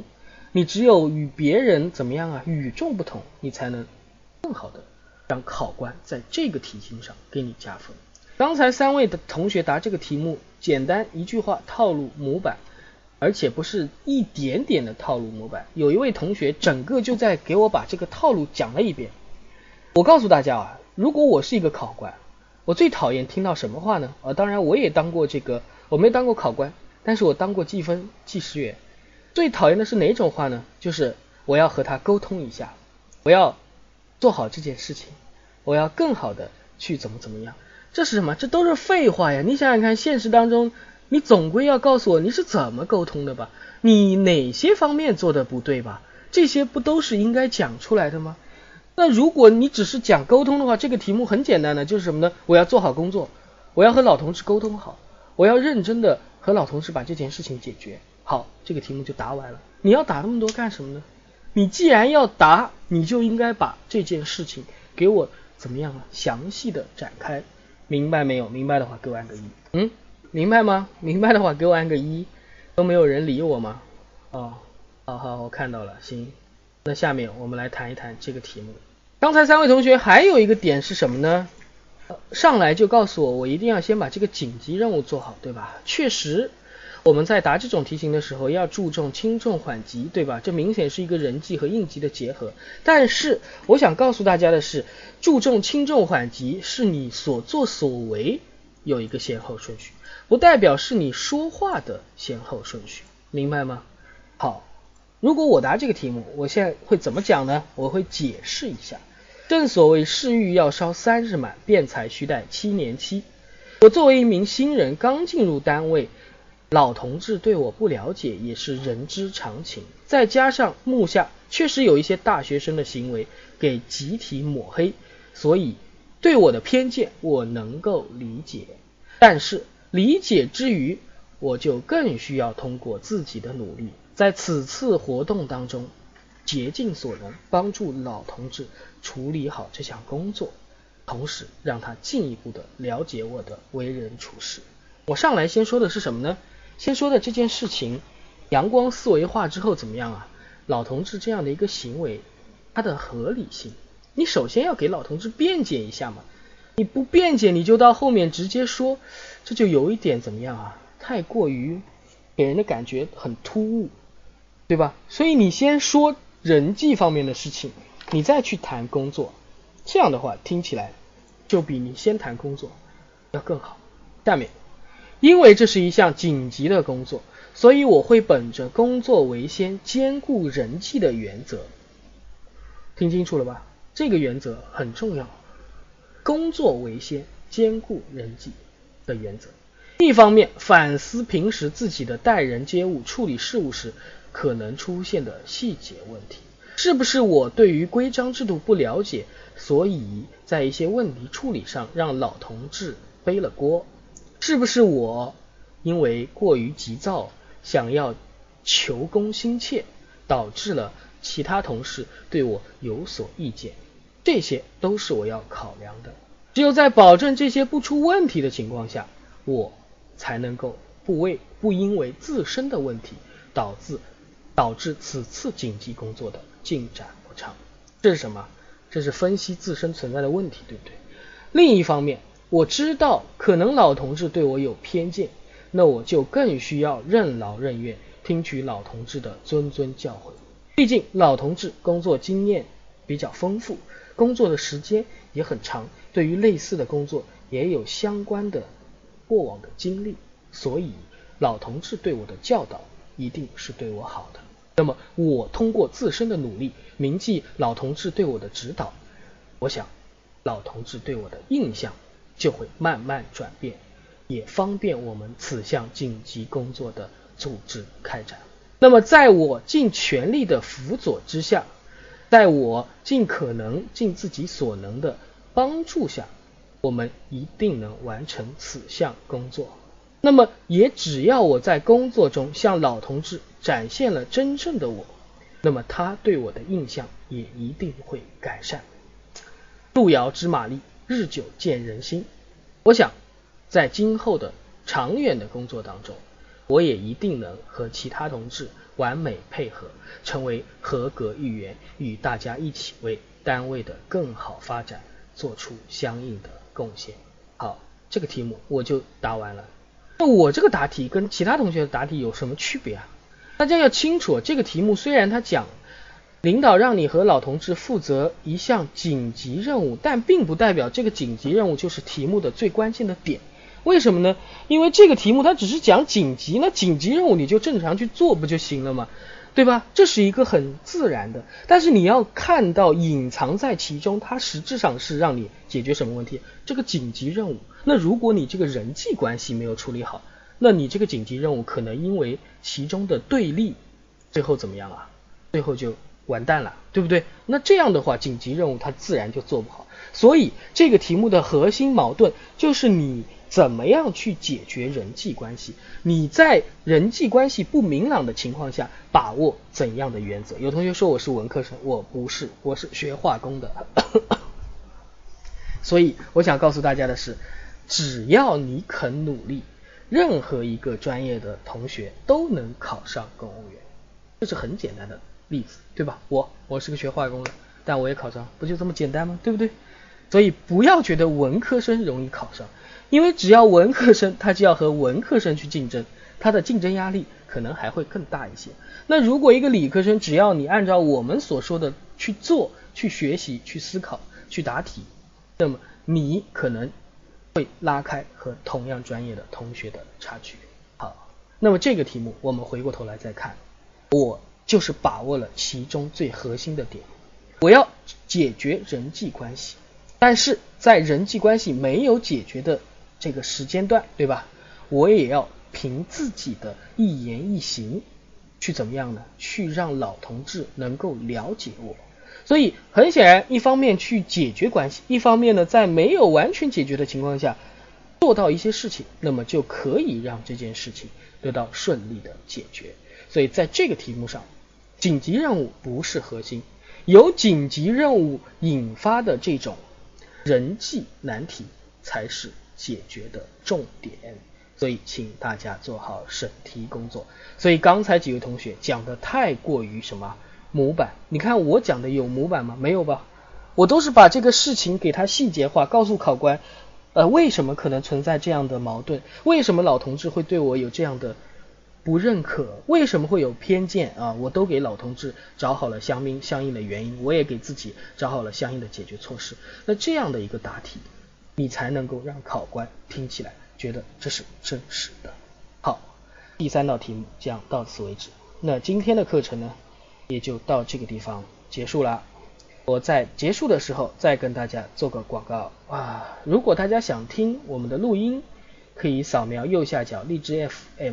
你只有与别人怎么样啊，与众不同，你才能更好的让考官在这个题型上给你加分。刚才3位的同学答这个题目，简单一句话套路模板，而且不是一点点的套路模板，有一位同学整个就在给我把这个套路讲了一遍。我告诉大家啊，如果我是一个考官，我最讨厌听到什么话呢？当然我也当过我没当过考官，但是我当过计分计时员。最讨厌的是哪种话呢？就是我要和他沟通一下，我要做好这件事情，我要更好的去怎么样。这是什么？这都是废话呀！你想想看，现实当中你总归要告诉我你是怎么沟通的吧，你哪些方面做的不对吧，这些不都是应该讲出来的吗？那如果你只是讲沟通的话，这个题目很简单的，就是什么呢？我要做好工作，我要和老同志沟通好，我要认真的和老同志把这件事情解决好，这个题目就答完了。你要答那么多干什么呢？你既然要答，你就应该把这件事情给我怎么样啊，详细的展开。明白没有？明白的话给我按个1。明白吗？明白的话给我按个1。都没有人理我吗？好，我看到了。行，那下面我们来谈一谈这个题目。刚才3位同学还有一个点是什么呢？上来就告诉我一定要先把这个紧急任务做好，对吧？确实我们在答这种题型的时候要注重轻重缓急，对吧？这明显是一个人际和应急的结合。但是我想告诉大家的是，注重轻重缓急是你所作所为有一个先后顺序，不代表是你说话的先后顺序，明白吗？好，如果我答这个题目，我现在会怎么讲呢？我会解释一下。正所谓士欲要烧3日满，辩才须待7年期。我作为一名新人，刚进入单位，老同志对我不了解也是人之常情，再加上目下确实有一些大学生的行为给集体抹黑，所以对我的偏见我能够理解。但是理解之余，我就更需要通过自己的努力，在此次活动当中竭尽所能帮助老同志处理好这项工作，同时让他进一步的了解我的为人处事。我上来先说的是什么呢？先说的这件事情阳光思维化之后怎么样啊？老同志这样的一个行为它的合理性，你首先要给老同志辩解一下嘛。你不辩解你就到后面直接说，这就有一点怎么样啊？太过于给人的感觉很突兀，对吧？所以你先说人际方面的事情，你再去谈工作，这样的话听起来就比你先谈工作要更好。下面因为这是一项紧急的工作，所以我会本着工作为先，兼顾人际的原则。听清楚了吧？这个原则很重要，工作为先，兼顾人际的原则。一方面反思平时自己的待人接物、处理事务时可能出现的细节问题，是不是我对于规章制度不了解，所以在一些问题处理上让老同志背了锅？是不是我因为过于急躁，想要求功心切，导致了其他同事对我有所意见？这些都是我要考量的。只有在保证这些不出问题的情况下，我才能够不因为自身的问题导致此次紧急工作的进展不畅。这是什么？这是分析自身存在的问题，对不对？另一方面，我知道可能老同志对我有偏见，那我就更需要任劳任怨，听取老同志的谆谆教诲。毕竟老同志工作经验比较丰富，工作的时间也很长，对于类似的工作也有相关的过往的经历，所以老同志对我的教导一定是对我好的。那么我通过自身的努力铭记老同志对我的指导，我想老同志对我的印象就会慢慢转变，也方便我们此项紧急工作的组织开展。那么在我尽全力的辅佐之下，在我尽可能尽自己所能的帮助下，我们一定能完成此项工作。那么也只要我在工作中向老同志展现了真正的我，那么他对我的印象也一定会改善。路遥知马力，日久见人心。我想在今后的长远的工作当中， 我也一定能和其他同志完美配合，成为合格议员，与大家一起为单位的更好发展做出相应的贡献。好，这个题目我就答完了。那我这个答题跟其他同学的答题有什么区别啊？大家要清楚，这个题目虽然它讲领导让你和老同志负责一项紧急任务，但并不代表这个紧急任务就是题目的最关键的点。为什么呢？因为这个题目它只是讲紧急，那紧急任务你就正常去做不就行了吗？对吧？这是一个很自然的，但是你要看到隐藏在其中，它实质上是让你解决什么问题？这个紧急任务。那如果你这个人际关系没有处理好，那你这个紧急任务可能因为其中的对立，最后怎么样啊？最后就完蛋了，对不对？那这样的话，紧急任务它自然就做不好。所以这个题目的核心矛盾就是你怎么样去解决人际关系，你在人际关系不明朗的情况下把握怎样的原则。有同学说我是文科生，我不是，我是学化工的所以我想告诉大家的是，只要你肯努力，任何一个专业的同学都能考上公务员，这是很简单的例子，对吧？我是个学化工的，但我也考上，不就这么简单吗？对不对？所以不要觉得文科生容易考上，因为只要文科生，他就要和文科生去竞争，他的竞争压力可能还会更大一些。那如果一个理科生，只要你按照我们所说的去做、去学习、去思考、去答题，那么你可能会拉开和同样专业的同学的差距。好，那么这个题目我们回过头来再看，我就是把握了其中最核心的点，我要解决人际关系，但是在人际关系没有解决的这个时间段，对吧？我也要凭自己的一言一行去怎么样呢？去让老同志能够了解我。所以很显然，一方面去解决关系，一方面呢，在没有完全解决的情况下做到一些事情，那么就可以让这件事情得到顺利的解决。所以在这个题目上，紧急任务不是核心，由紧急任务引发的这种人际难题才是解决的重点。所以请大家做好审题工作。所以刚才几位同学讲的太过于什么模板，你看我讲的有模板吗？没有吧？我都是把这个事情给它细节化，告诉考官为什么可能存在这样的矛盾，为什么老同志会对我有这样的不认可，为什么会有偏见啊？我都给老同志找好了相应的原因，我也给自己找好了相应的解决措施。那这样的一个答题，你才能够让考官听起来觉得这是真实的。好，第3道题目将到此为止。那今天的课程呢，也就到这个地方结束了。我在结束的时候再跟大家做个广告啊！如果大家想听我们的录音，可以扫描右下角荔枝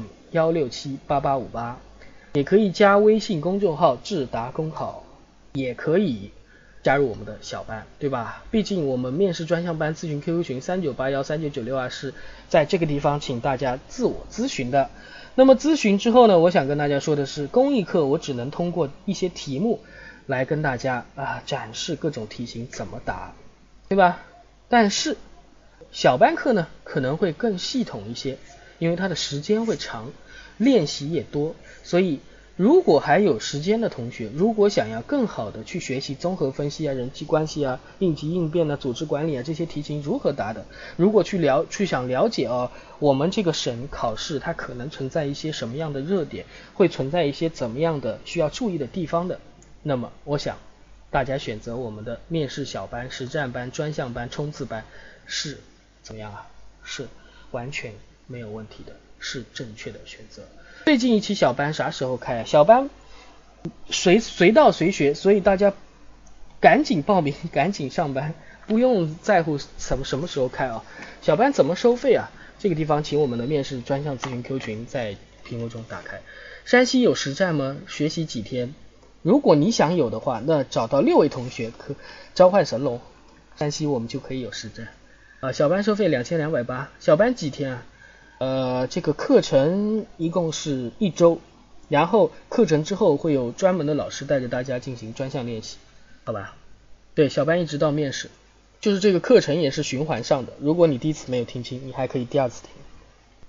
FM1678858，也可以加微信公众号智达公考，也可以加入我们的小班，对吧？毕竟我们面试专项班咨询 QQ 群39813996是在这个地方请大家自我咨询的。那么咨询之后呢，我想跟大家说的是，公益课我只能通过一些题目来跟大家展示各种题型怎么答，对吧？但是小班课呢可能会更系统一些，因为它的时间会长，练习也多，所以如果还有时间的同学，如果想要更好的去学习综合分析啊、人际关系啊、应急应变啊、组织管理啊这些题型如何答的，如果去想了解我们这个省考试它可能存在一些什么样的热点，会存在一些怎么样的需要注意的地方的，那么我想大家选择我们的面试小班、实战班、专项班、冲刺班是怎么样啊？是完全没有问题的，是正确的选择。最近一期小班啥时候开啊？小班随到随学，所以大家赶紧报名，赶紧上班，不用在乎什么时候开啊。小班怎么收费啊？这个地方请我们的面试专项咨询 Q 群在屏幕中打开。山西有实战吗？学习几天？如果你想有的话，那找到6位同学可召唤神龙，山西我们就可以有实战。小班收费2280，小班几天啊？这个课程一共是1周，然后课程之后会有专门的老师带着大家进行专项练习，好吧？对，小班一直到面试，就是这个课程也是循环上的，如果你第一次没有听清，你还可以第2次听。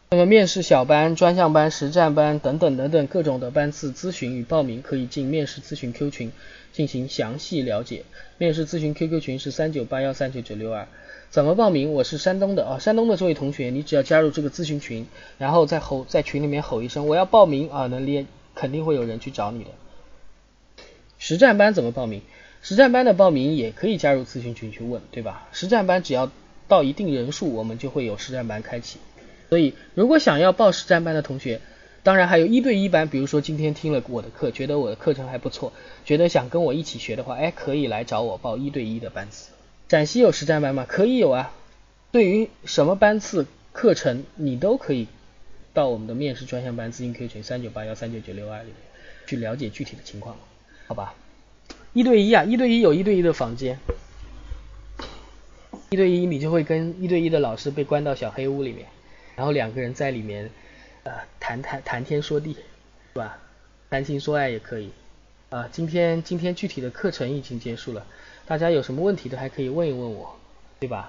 那么面试小班、专项班、实战班等等各种的班次咨询与报名，可以进面试咨询 Q 群进行详细了解。面试咨询 QQ 群是3981399962。怎么报名？我是山东的山东的这位同学，你只要加入这个咨询群，然后在群里面吼一声我要报名肯定会有人去找你的。实战班怎么报名？实战班的报名也可以加入咨询群去问，对吧？实战班只要到一定人数，我们就会有实战班开启。所以如果想要报实战班的同学，当然还有1对1班，比如说今天听了我的课，觉得我的课程还不错，觉得想跟我一起学的话，可以来找我报1对1的班次。陕西有实战班吗？可以有啊。对于什么班次课程你都可以到我们的面试专项班咨询 Q 群3981399962里面去了解具体的情况，好吧？1对11对1有1对1的房间，1对1你就会跟1对1的老师被关到小黑屋里面，然后2个人在里面谈天说地，是吧？谈情说爱也可以今天具体的课程已经结束了，大家有什么问题的还可以问一问我，对吧？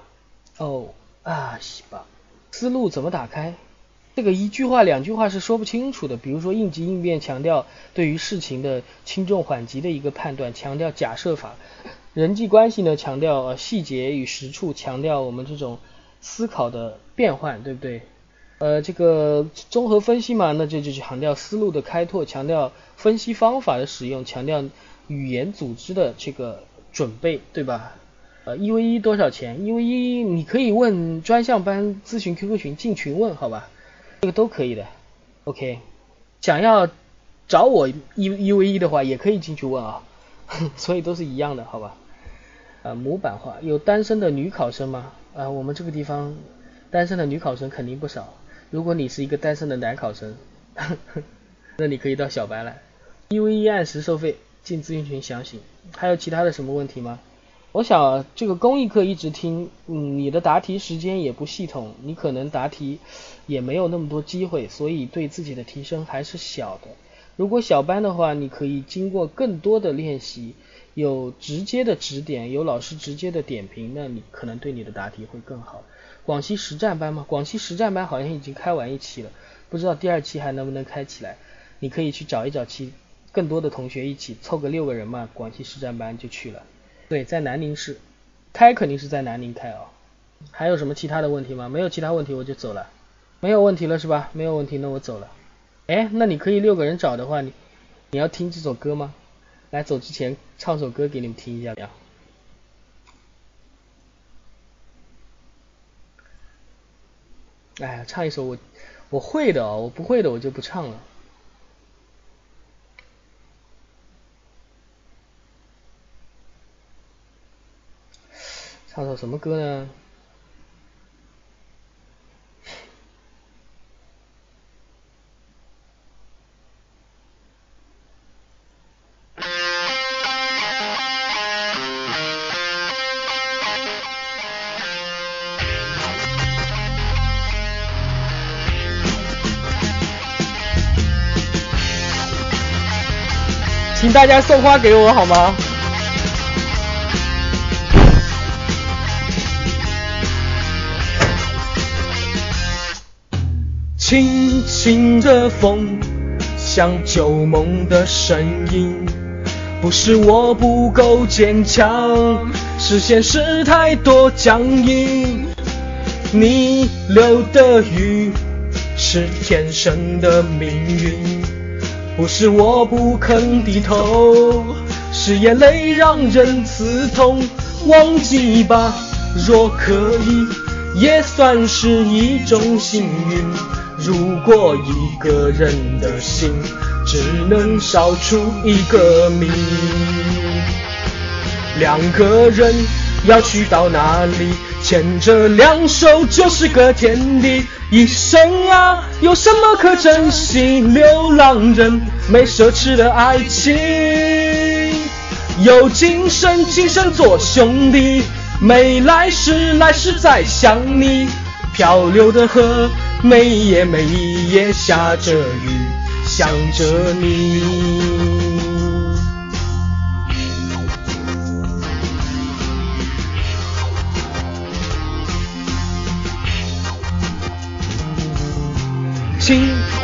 思路怎么打开？这个1句话2句话是说不清楚的。比如说应急应变，强调对于事情的轻重缓急的一个判断，强调假设法；人际关系呢，强调细节与实处，强调我们这种思考的变换，对不对？这个综合分析嘛，那这就强调思路的开拓，强调分析方法的使用，强调语言组织的这个准备，对吧？1v1多少钱？1v1你可以问专项班咨询 QQ 群，进群问，好吧？这个都可以的。OK， 想要找我1v1的话，也可以进去问所以都是一样的，好吧？模板化。有单身的女考生吗？我们这个地方单身的女考生肯定不少。如果你是一个单身的男考生那你可以到小班来。1v1按时收费，进咨询群详情。还有其他的什么问题吗？我想这个公益课一直听，你的答题时间也不系统，你可能答题也没有那么多机会，所以对自己的提升还是小的。如果小班的话，你可以经过更多的练习，有直接的指点，有老师直接的点评，那你可能对你的答题会更好。广西实战班吗？广西实战班好像已经开完1期了，不知道第2期还能不能开起来。你可以去找一找更多的同学一起凑个6个人嘛，广西实战班就去了。对，在南宁市开，肯定是在南宁开还有什么其他的问题吗？没有其他问题我就走了。没有问题了是吧？没有问题，那我走了。那你可以6个人找的话，你要听这首歌吗？来，走之前唱首歌给你们听一下呀。唱一首我会的我不会的我就不唱了。唱首什么歌呢？请大家送花给我好吗？轻轻的风，像旧梦的声音，不是我不够坚强，是现实太多僵硬。你流的雨是天生的命运，不是我不肯低头，是眼泪让人刺痛。忘记吧，若可以也算是一种幸运。如果一个人的心只能烧出一个谜，2个人要去到哪里？牵着2手就是个天地。一生啊，有什么可珍惜？流浪人没奢侈的爱情，有精神，精神做兄弟。没来世，来世再想你。漂流的河，每夜每夜下着雨，想着你。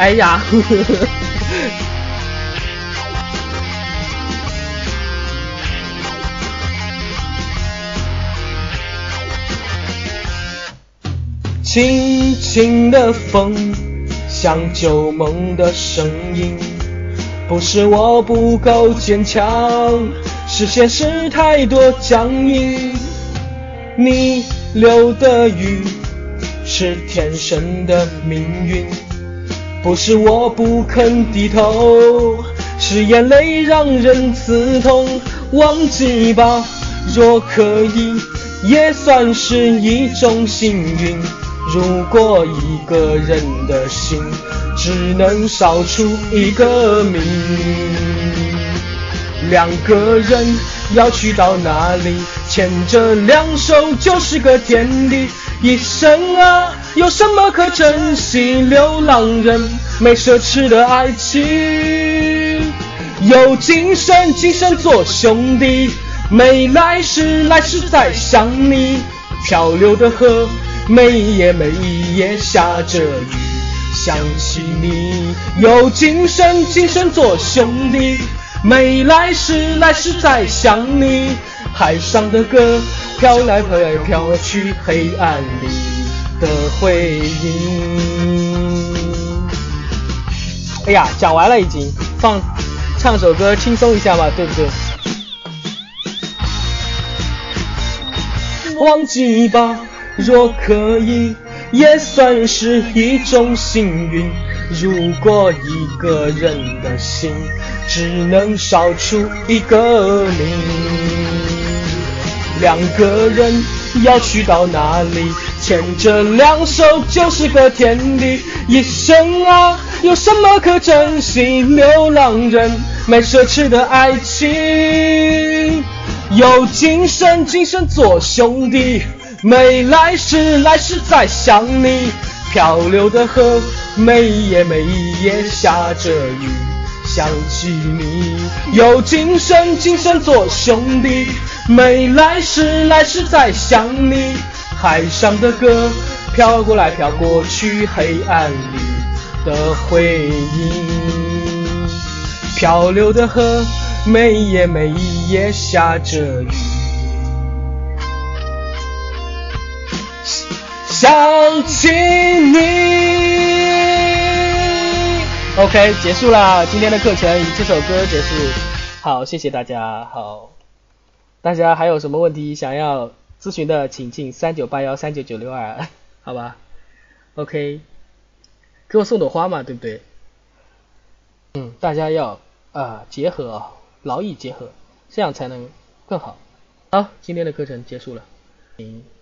哎呀。轻轻的风，像旧梦的声音，不是我不够坚强，是现实太多僵硬。你流的雨是天生的命运，不是我不肯低头，是眼泪让人刺痛。忘记吧，若可以也算是一种幸运。如果一个人的心只能烧出一个命，两个人要去到哪里，牵着两手就是个天地。一生啊，有什么可珍惜？流浪人没奢侈的爱情，有精神，精神做兄弟。没来世，来世再想你。漂流的河，每夜每夜下着雨，想起你。有精神，精神做兄弟。没来世，来世再想你。海上的歌，飘来飘来飘去，黑暗里的回忆。哎呀，讲完了已经，唱首歌轻松一下嘛，对不对？忘记吧，若可以也算是一种幸运。如果一个人的心只能烧出一个命，两个人要去到哪里，牵着两手就是个天地。一生啊，有什么可珍惜？流浪人没奢侈的爱情，有精神，精神做兄弟。没来世，来世再想你。漂流的河，每夜每夜下着雨，想起你。有精神，精神做兄弟。没来世，来世再想你。海上的歌，飘过来飘过去，黑暗里的回忆。漂流的河，每夜每夜下着雨，想起你。OK， 结束了，今天的课程以这首歌结束。好，谢谢大家。好，大家还有什么问题想要咨询的，请进3981399622，好吧 ？OK， 给我送朵花嘛，对不对？大家要结合劳逸结合，这样才能更好。好，今天的课程结束了。